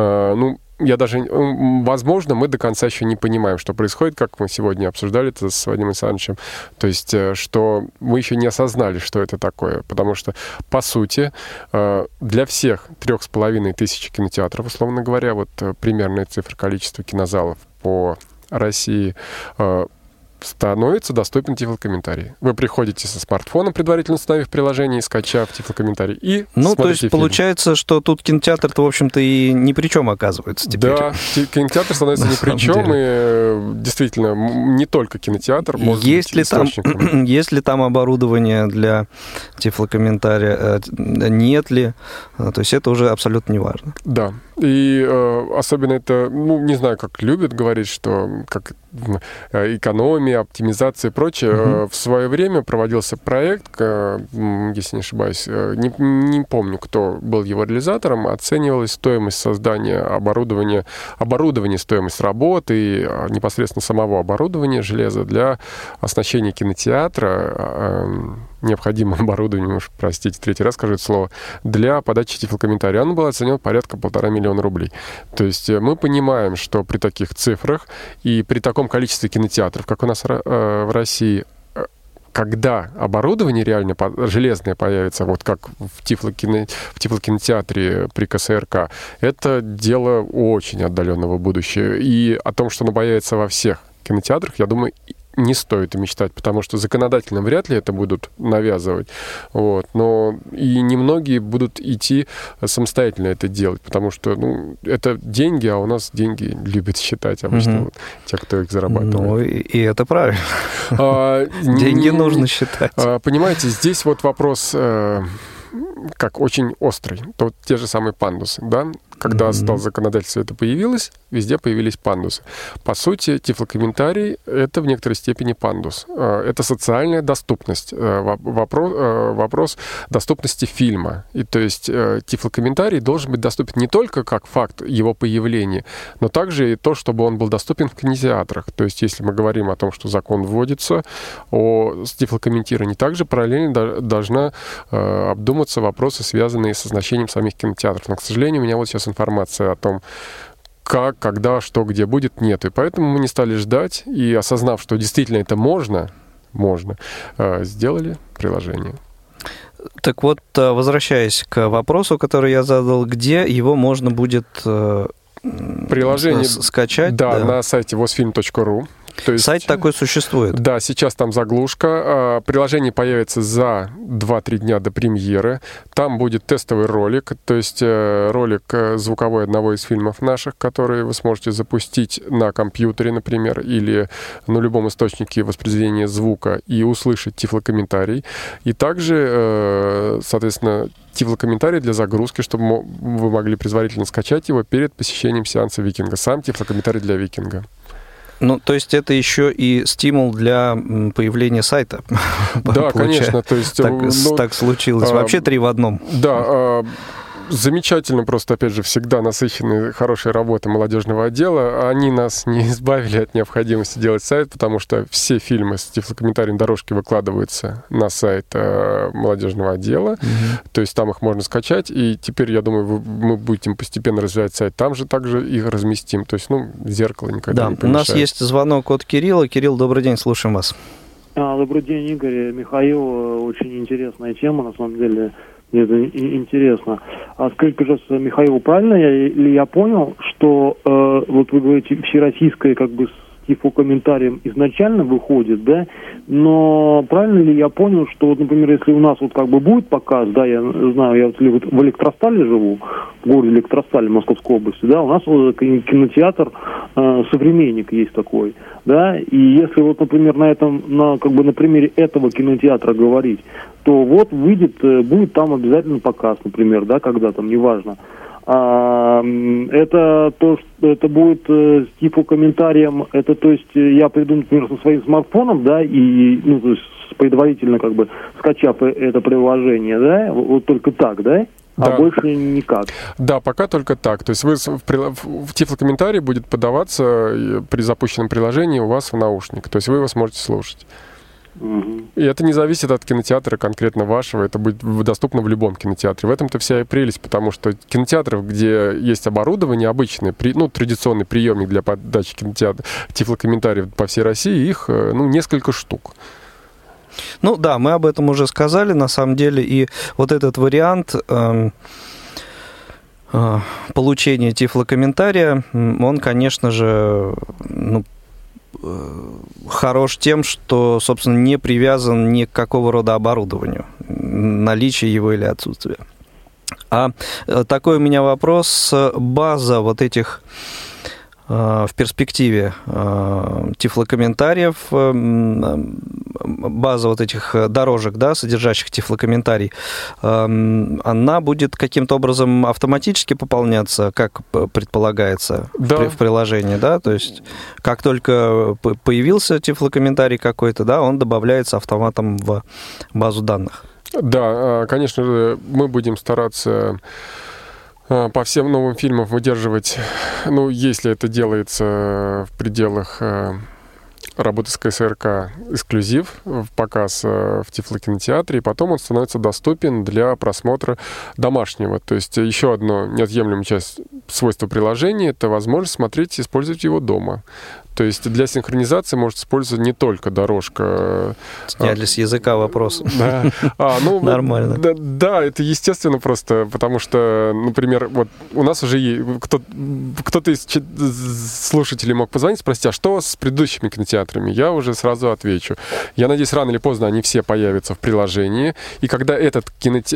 Я даже, возможно, мы до конца еще не понимаем, что происходит, как мы сегодня обсуждали это с Вадимом Александровичем, то есть, что мы еще не осознали, что это такое, потому что, по сути, для всех 3500 кинотеатров, условно говоря, вот примерная цифра количества кинозалов по России, становится доступен тифлокомментарий. Вы приходите со смартфоном, предварительно установив приложение, скачав тифлокомментарий, и то есть фильм. Получается, что тут кинотеатр-то, в общем-то, и ни при чем оказывается теперь. Да, кинотеатр становится ни при чем, и действительно, не только кинотеатр может быть источником. Есть ли там оборудование для тифлокомментария, нет ли, то есть это уже абсолютно не важно. Да, и особенно это, не знаю, как любят говорить, что как экономия, оптимизация и прочее. В свое время проводился проект, если не ошибаюсь, не помню, кто был его реализатором, оценивалась стоимость создания оборудования, стоимость работы и непосредственно самого оборудования железа для оснащения кинотеатра необходимым оборудованием, уж простите, третий раз скажу это слово, для подачи тифлокомментария. Оно было оценено порядка 1,5 миллиона рублей. То есть мы понимаем, что при таких цифрах и при таком количестве кинотеатров, как у нас в России, когда оборудование реально железное появится, вот как в тифлокинотеатре при КСРК, это дело очень отдаленного будущего. И о том, что оно появится во всех кинотеатрах, я думаю, не стоит и мечтать, потому что законодательно вряд ли это будут навязывать. Вот. Но и немногие будут идти самостоятельно это делать, потому что это деньги, а у нас деньги любят считать обычно те, кто их зарабатывает. И это правильно. Деньги нужно считать. Понимаете, здесь вот вопрос как очень острый. То те же самые пандусы, да? Когда стало законодательство это появилось, везде появились пандусы. По сути, тифлокомментарий — это в некоторой степени пандус. Это социальная доступность. Вопрос доступности фильма. И то есть тифлокомментарий должен быть доступен не только как факт его появления, но также и то, чтобы он был доступен в кинотеатрах. То есть если мы говорим о том, что закон вводится о тифлокомментировании, также параллельно должна обдуматься вопросы, связанные с оснащением самих кинотеатров. Но, к сожалению, у меня вот сейчас информация о том, как, когда, что, где будет, нет. И поэтому мы не стали ждать, и, осознав, что действительно это можно, сделали приложение. Так вот, возвращаясь к вопросу, который я задал, где его можно будет приложение скачать? Да, на сайте vosfilm.ru. То есть, сайт такой существует? Да, сейчас там заглушка. Приложение появится за 2-3 дня до премьеры. Там будет тестовый ролик, то есть ролик звуковой одного из фильмов наших, который вы сможете запустить на компьютере, например, или на любом источнике воспроизведения звука и услышать тифлокомментарий. И также, соответственно, тифлокомментарий для загрузки, чтобы вы могли предварительно скачать его перед посещением сеанса «Викинга». Сам тифлокомментарий для «Викинга». То есть это еще и стимул для появления сайта. Да, конечно. То есть, так случилось. Вообще 3 в одном. Да. Замечательно, просто, опять же, всегда насыщенные хорошей работой молодежного отдела. Они нас не избавили от необходимости делать сайт, потому что все фильмы с тифлокомментарием дорожки выкладываются на сайт молодежного отдела. То есть там их можно скачать. И теперь, я думаю, мы будем постепенно развивать сайт. Там же также их разместим. То есть, зеркало никогда не помешает. У нас есть звонок от Кирилла. Кирилл, добрый день, слушаем вас. Добрый день, Игорь. Михаил, очень интересная тема, на самом деле. Мне это интересно. Скажите, пожалуйста, Михаил, правильно ли я понял, что вот вы говорите, всероссийская как бы с тифлокомментарием изначально выходит, да? Но правильно ли я понял, что, вот, например, если у нас вот как бы будет показ, да, я знаю, я вот в Электростале живу, в городе Электростале Московской области, да, у нас вот кинотеатр «Современник» есть такой, да, и если вот, например, на примере этого кинотеатра говорить, то вот будет там обязательно показ, например, да, когда там, неважно. Это будет с тифлокомментарием, это, то есть, я приду, например, со своим смартфоном, да, и, то есть, предварительно, как бы, скачав это приложение, да, вот только так, да? А больше никак. Да, пока только так. То есть в тифлокомментарий будет подаваться при запущенном приложении у вас в наушник. То есть вы его сможете слушать. И это не зависит от кинотеатра конкретно вашего, это будет доступно в любом кинотеатре. В этом-то вся и прелесть, потому что кинотеатров, где есть оборудование обычное, традиционный приемник для подачи тифлокомментариев по всей России, их несколько штук. Да, мы об этом уже сказали, на самом деле, и вот этот вариант получения тифлокомментария, он, конечно же, хорош тем, что, собственно, не привязан ни к какого рода оборудованию, наличие его или отсутствие. А такой у меня вопрос. База вот этих в перспективе тифлокомментариев, база вот этих дорожек, да, содержащих тифлокомментарий, она будет каким-то образом автоматически пополняться, как предполагается в приложении, да? То есть как только появился тифлокомментарий какой-то, да, он добавляется автоматом в базу данных. Да, конечно, мы будем стараться по всем новым фильмам выдерживать, если это делается в пределах работы с КСРК, эксклюзив в показ в тифлокинотеатре, и потом он становится доступен для просмотра домашнего. То есть еще одно неотъемлемая часть свойства приложения — это возможность смотреть и использовать его дома. То есть для синхронизации может использоваться не только дорожка. Сняли с языка вопрос. Да. Нормально. Да, это естественно просто, потому что, например, вот у нас уже кто-то из слушателей мог позвонить, спросить, а что с предыдущими кинотеатрами? Я уже сразу отвечу. Я надеюсь, рано или поздно они все появятся в приложении, и когда этот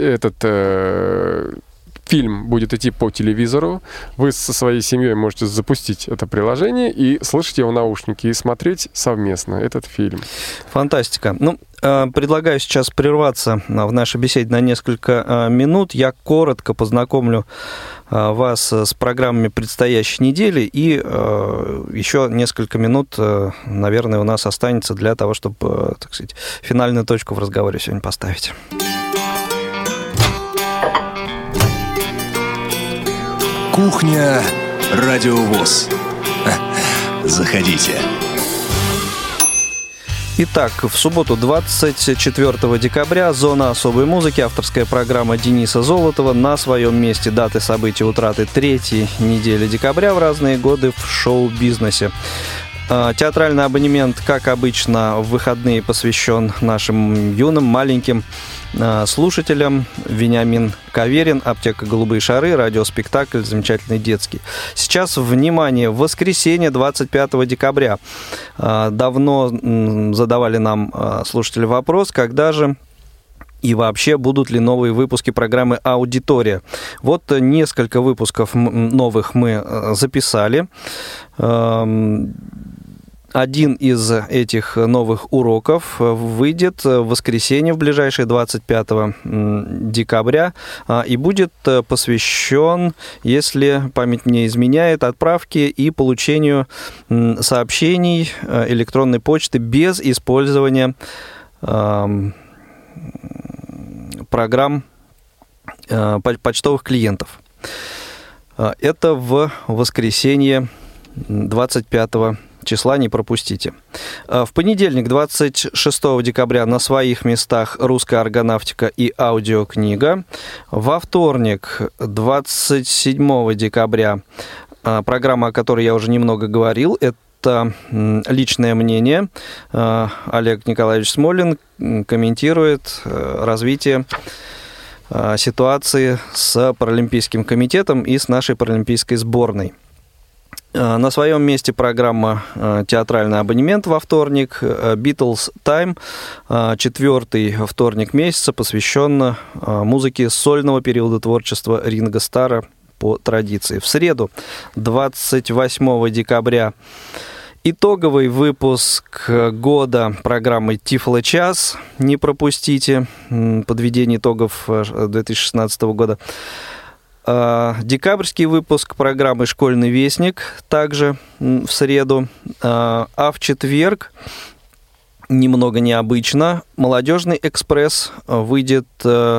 фильм будет идти по телевизору, вы со своей семьей можете запустить это приложение и слышать его в наушнике, и смотреть совместно этот фильм. Фантастика. Предлагаю сейчас прерваться в нашей беседе на несколько минут. Я коротко познакомлю вас с программами предстоящей недели, и еще несколько минут, наверное, у нас останется для того, чтобы, так сказать, финальную точку в разговоре сегодня поставить. Кухня Радио ВОС. Заходите. Итак, в субботу 24 декабря «Зона особой музыки», авторская программа Дениса Золотова, на своем месте. Даты событий утраты третьей недели декабря в разные годы в шоу-бизнесе. Театральный абонемент, как обычно, в выходные посвящен нашим юным, маленьким слушателям. Вениамин Каверин, «Аптека «Голубые шары», радиоспектакль замечательный детский. Сейчас, внимание, воскресенье 25 декабря. Давно задавали нам слушатели вопрос, когда же и вообще будут ли новые выпуски программы «Аудитория». Вот несколько выпусков новых мы записали. Один из этих новых уроков выйдет в воскресенье, в ближайшее 25 декабря, и будет посвящен, если память не изменяет, отправке и получению сообщений электронной почты без использования программ почтовых клиентов. Это в воскресенье 25 числа, не пропустите. В понедельник, 26 декабря, на своих местах «Русская органавтика» и аудиокнига. Во вторник, 27 декабря, программа, о которой я уже немного говорил, это «Личное мнение». Олег Николаевич Смолин комментирует развитие ситуации с Паралимпийским комитетом и с нашей паралимпийской сборной. На своем месте программа «Театральный абонемент» во вторник, «Beatles Time», 4-й вторник месяца, посвящен музыке сольного периода творчества Ринго Старра по традиции. В среду, 28 декабря, итоговый выпуск года программы «Тифло-час». Не пропустите подведение итогов 2016 года. Декабрьский выпуск программы «Школьный вестник» также в среду. А в четверг, немного необычно, «Молодежный экспресс» выйдет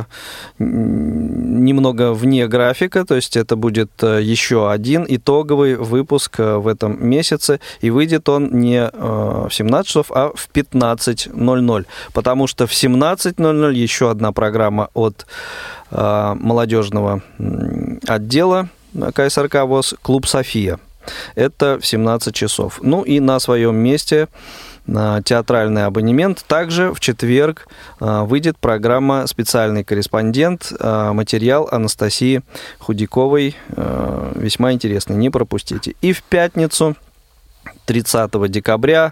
немного вне графика, то есть это будет еще один итоговый выпуск в этом месяце, и выйдет он не в 17 часов, а в 15:00, потому что в 17:00 еще одна программа от молодежного отдела КСРК ВОС «Клуб София». Это в 17 часов. Ну и на своем месте «Театральный абонемент». Также в четверг выйдет программа «Специальный корреспондент», материал Анастасии Худяковой. Весьма интересный, не пропустите. И в пятницу, 30 декабря,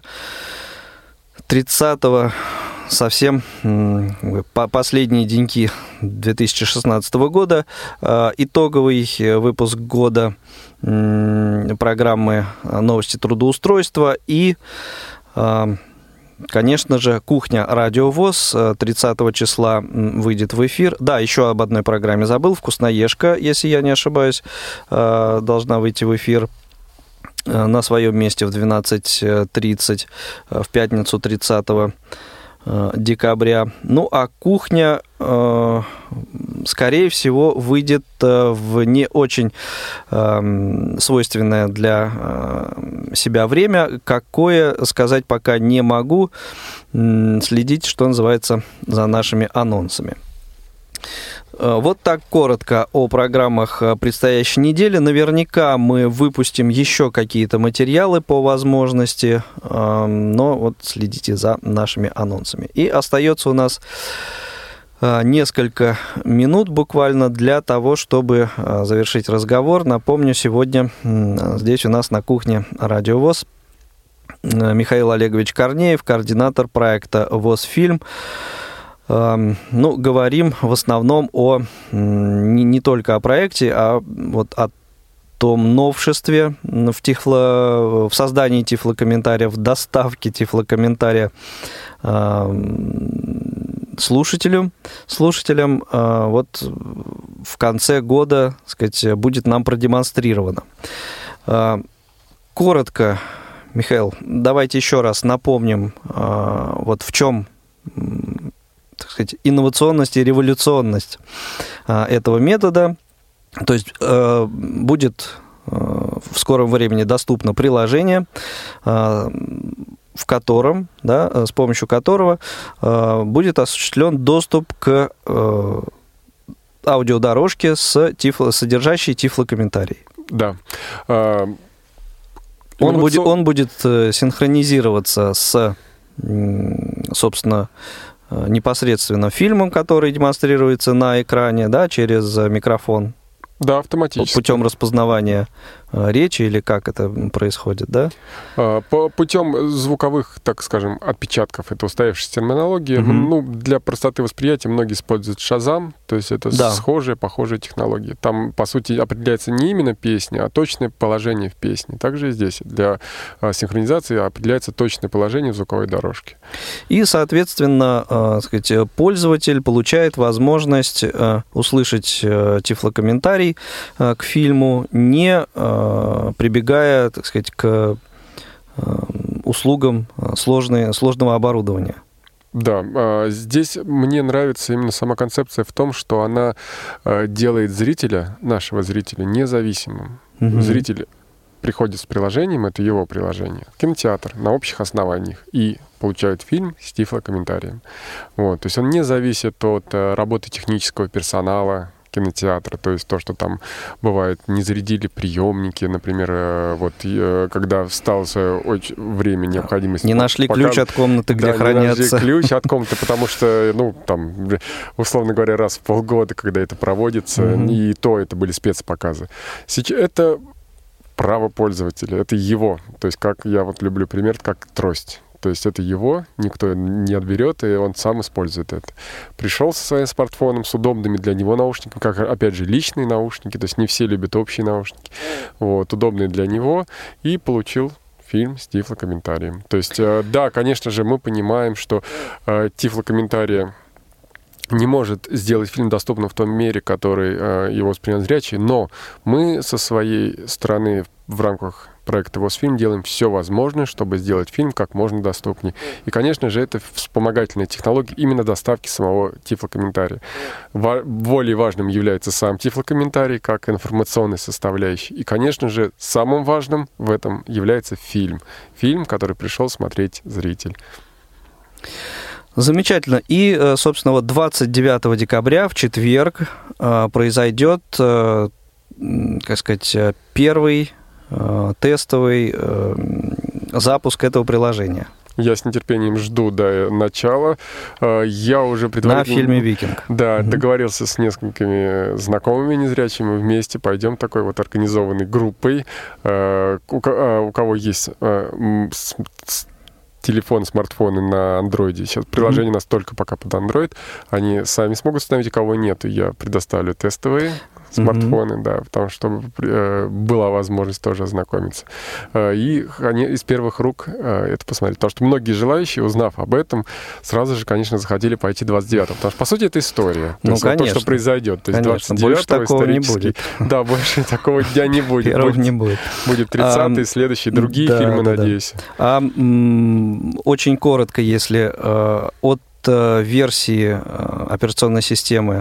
30-го, совсем последние деньки 2016 года, итоговый выпуск года программы «Новости трудоустройства» и, конечно же, «Кухня Радио ВОС» 30 числа выйдет в эфир. Да, еще об одной программе забыл. «Вкусноежка», если я не ошибаюсь, должна выйти в эфир на своем месте в 12:30 в пятницу 30 декабря. Ну, а «Кухня», скорее всего, выйдет в не очень свойственное для себя время. Какое, сказать пока не могу. Следите, что называется, за нашими анонсами. Вот так коротко о программах предстоящей недели. Наверняка мы выпустим еще какие-то материалы по возможности, но вот следите за нашими анонсами. И остается у нас несколько минут буквально для того, чтобы завершить разговор. Напомню, сегодня здесь у нас на кухне Радио ВОС Михаил Олегович Корнеев, координатор проекта ВОС-фильм. Ну, говорим в основном не только о проекте, а вот о том новшестве в создании тифлокомментариев, в доставке тифлокомментария слушателям. Вот в конце года, так сказать, будет нам продемонстрировано. Коротко, Михаил, давайте еще раз напомним, вот в чем, так сказать, инновационность и революционность этого метода. То есть будет в скором времени доступно приложение, в котором, да, с помощью которого будет осуществлен доступ к аудиодорожке, содержащей тифлокомментарий. Да. Он будет синхронизироваться с, собственно, непосредственно фильмом, который демонстрируется на экране, да, через микрофон. Да, автоматически. Путем распознавания речи или как это происходит, да? Путем звуковых, так скажем, отпечатков. Это устоявшаяся терминология. Ну, для простоты восприятия многие используют Shazam, то есть это схожие, похожие технологии. Там, по сути, определяется не именно песня, а точное положение в песне. Также и здесь для синхронизации определяется точное положение в звуковой дорожке. И, соответственно, сказать, пользователь получает возможность услышать тифлокомментарий к фильму, не прибегая, так сказать, к услугам сложного оборудования. Да, здесь мне нравится именно сама концепция в том, что она делает зрителя, нашего зрителя, независимым. Зритель приходит с приложением, это его приложение, в кинотеатр на общих основаниях и получает фильм с тифлокомментарием. Вот, то есть он не зависит от работы технического персонала кинотеатра, то есть то, что там бывает, не зарядили приемники, например, вот когда встало время, необходимость... Не нашли ключ от комнаты, где хранятся. Не нашли ключ от комнаты, потому что, там, условно говоря, раз в полгода, когда это проводится, и то это были спецпоказы. Сейчас это право пользователя, это его. То есть, как я вот люблю пример, как трость. То есть это его, никто не отберет, и он сам использует это. Пришел со своим смартфоном, с удобными для него наушниками, как, опять же, личные наушники, то есть не все любят общие наушники, вот, удобные для него, и получил фильм с тифлокомментарием. То есть, да, конечно же, мы понимаем, что тифлокомментария не может сделать фильм доступным в том мере, который его воспринимает зрячий, но мы со своей стороны в рамках проекта «ВОС-фильм» делаем все возможное, чтобы сделать фильм как можно доступнее. И, конечно же, это вспомогательная технология именно доставки самого тифлокомментария. Более важным является сам тифлокомментарий как информационной составляющей. И, конечно же, самым важным в этом является фильм. Фильм, который пришел смотреть зритель. Замечательно. И, собственно, вот 29 декабря, в четверг, произойдет, как сказать, первый тестовый запуск этого приложения. Я с нетерпением жду начала. Я уже предварительно... На фильме «Викинг». Да, договорился с несколькими знакомыми незрячими. Вместе пойдем такой вот организованной группой. У кого есть смартфоны на андроиде. Сейчас приложение у нас только пока под Android. Они сами смогут установить, у кого нет. Я предоставлю тестовые смартфоны, да, потому что была возможность тоже ознакомиться. И они из первых рук это посмотрели. Потому что многие желающие, узнав об этом, сразу же, конечно, захотели пойти 29-го. Потому что, по сути, это история. То есть, конечно. То, что произойдет. То есть 29-го больше такого не будет. Да, больше такого дня не будет. Первых не будет. Будет 30-й, следующий, другие фильмы, надеюсь. Очень коротко, если от версии операционной системы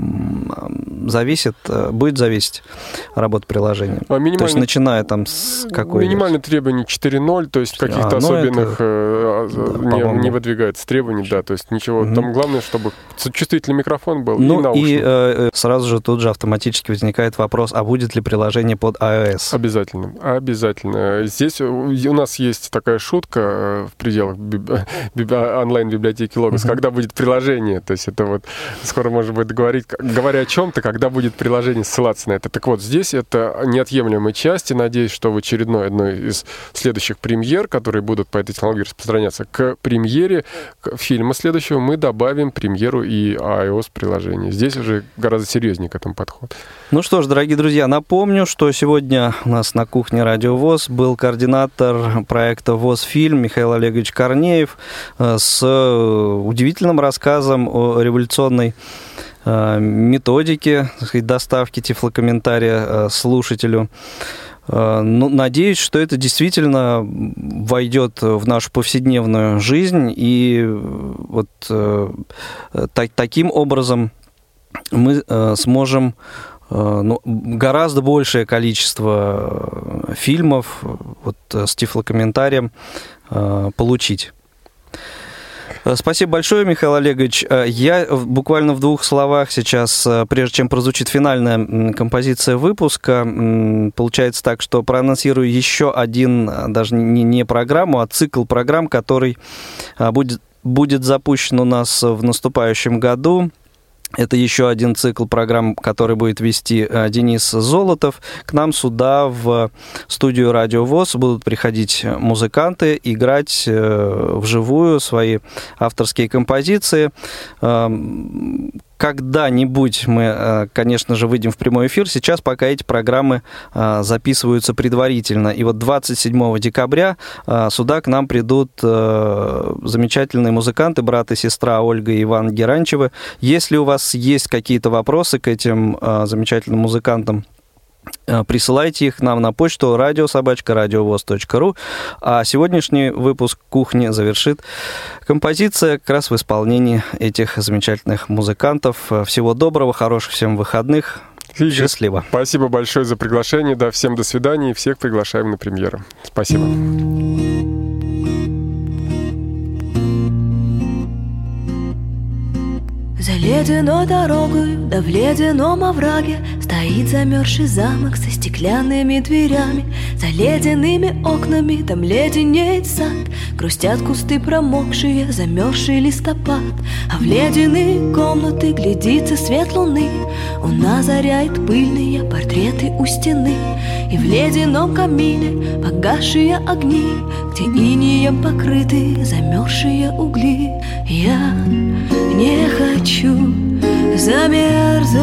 будет зависеть работа приложения. То есть, начиная там с какой... Минимальное требование 4.0, то есть каких-то особенных не выдвигается требований, да, то есть ничего. Там главное, чтобы чувствительный микрофон был и наушник. И сразу же тут же автоматически возникает вопрос, а будет ли приложение под iOS? Обязательно, обязательно. Здесь у нас есть такая шутка в пределах онлайн-библиотеки Logos, когда будет приложение, то есть это вот скоро можно будет говоря о чем-то, когда будет приложение ссылаться на это. Так вот, здесь это неотъемлемая часть, и надеюсь, что в одной из следующих премьер, которые будут по этой технологии распространяться, к премьере фильма следующего мы добавим премьеру и iOS-приложение. Здесь уже гораздо серьезнее к этому подход. Ну что ж, дорогие друзья, напомню, что сегодня у нас на кухне Радио ВОС был координатор проекта «ВОС-фильм» Михаил Олегович Корнеев с удивительным рассказом о революционной методики, так сказать, доставки тифлокомментария слушателю. Надеюсь, что это действительно войдет в нашу повседневную жизнь, и вот таким образом мы сможем гораздо большее количество фильмов вот, с тифлокомментарием получить. Спасибо большое, Михаил Олегович. Я буквально в двух словах сейчас, прежде чем прозвучит финальная композиция выпуска, получается так, что проанонсирую еще один, даже не программу, а цикл программ, который будет запущен у нас в наступающем году. Это еще один цикл программ, который будет вести Денис Золотов. К нам сюда, в студию Радио ВОС, будут приходить музыканты, играть вживую свои авторские композиции. Когда-нибудь мы, конечно же, выйдем в прямой эфир. Сейчас пока эти программы записываются предварительно. И вот 27 декабря сюда к нам придут замечательные музыканты, брат и сестра Ольга и Иван Геранчевы. Если у вас есть какие-то вопросы к этим замечательным музыкантам, Присылайте их нам на почту radio@radiovoz.ru. А сегодняшний выпуск «Кухни» завершит композиция как раз в исполнении этих замечательных музыкантов. Всего доброго, хороших всем выходных. Игорь, счастливо. Спасибо большое за приглашение. Да, всем до свидания и всех приглашаем на премьеру. Спасибо. За ледяной дорогой, да в ледяном овраге стоит замерзший замок со стеклянными дверями. За ледяными окнами там леденеет сад. Грустят кусты промокшие, замерзший листопад. А в ледяные комнаты глядится свет луны. Он озаряет пыльные портреты у стены. И в ледяном камине погасшие огни, где инеем покрыты замерзшие угли. Я не хочу замерзать.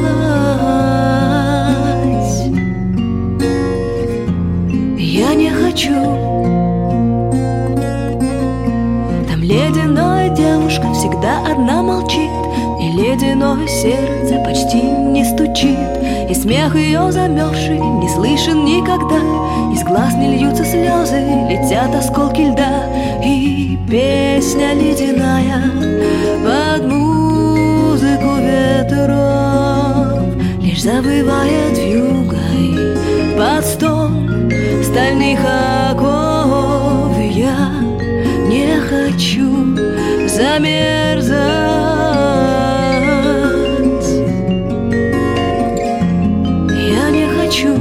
Я не хочу. Там ледяная девушка всегда одна молчит, и ледяное сердце почти не стучит, и смех ее замерзший не слышен никогда. Из глаз не льются слезы, летят осколки льда, и песня ледяная под музыку ветров лишь завывает вьюгой под стон стальных оков. Я не хочу замерзать. Я не хочу.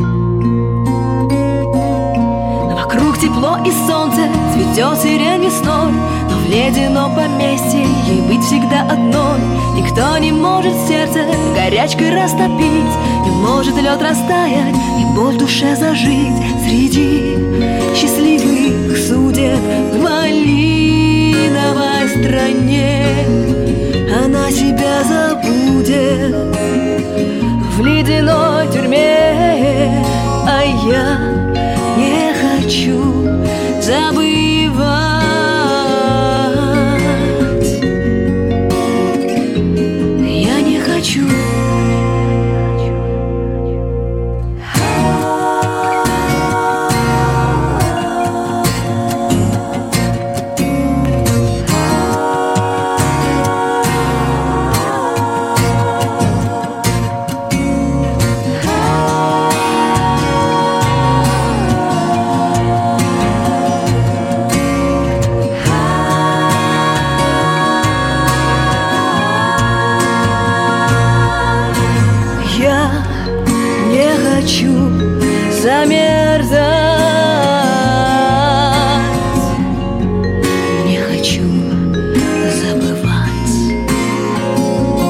Вокруг тепло и солнце, цветет сирень весной, но в ледяном поместье ей быть всегда одной. Никто не может сердце горячкой растопить, не может лед растаять и боль в душе зажить. Среди счастливых судеб в малиновой стране она себя забудет в ледяной тюрьме, а я не хочу забывать. Я не хочу.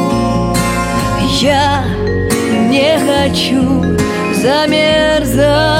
Хочу замерзать.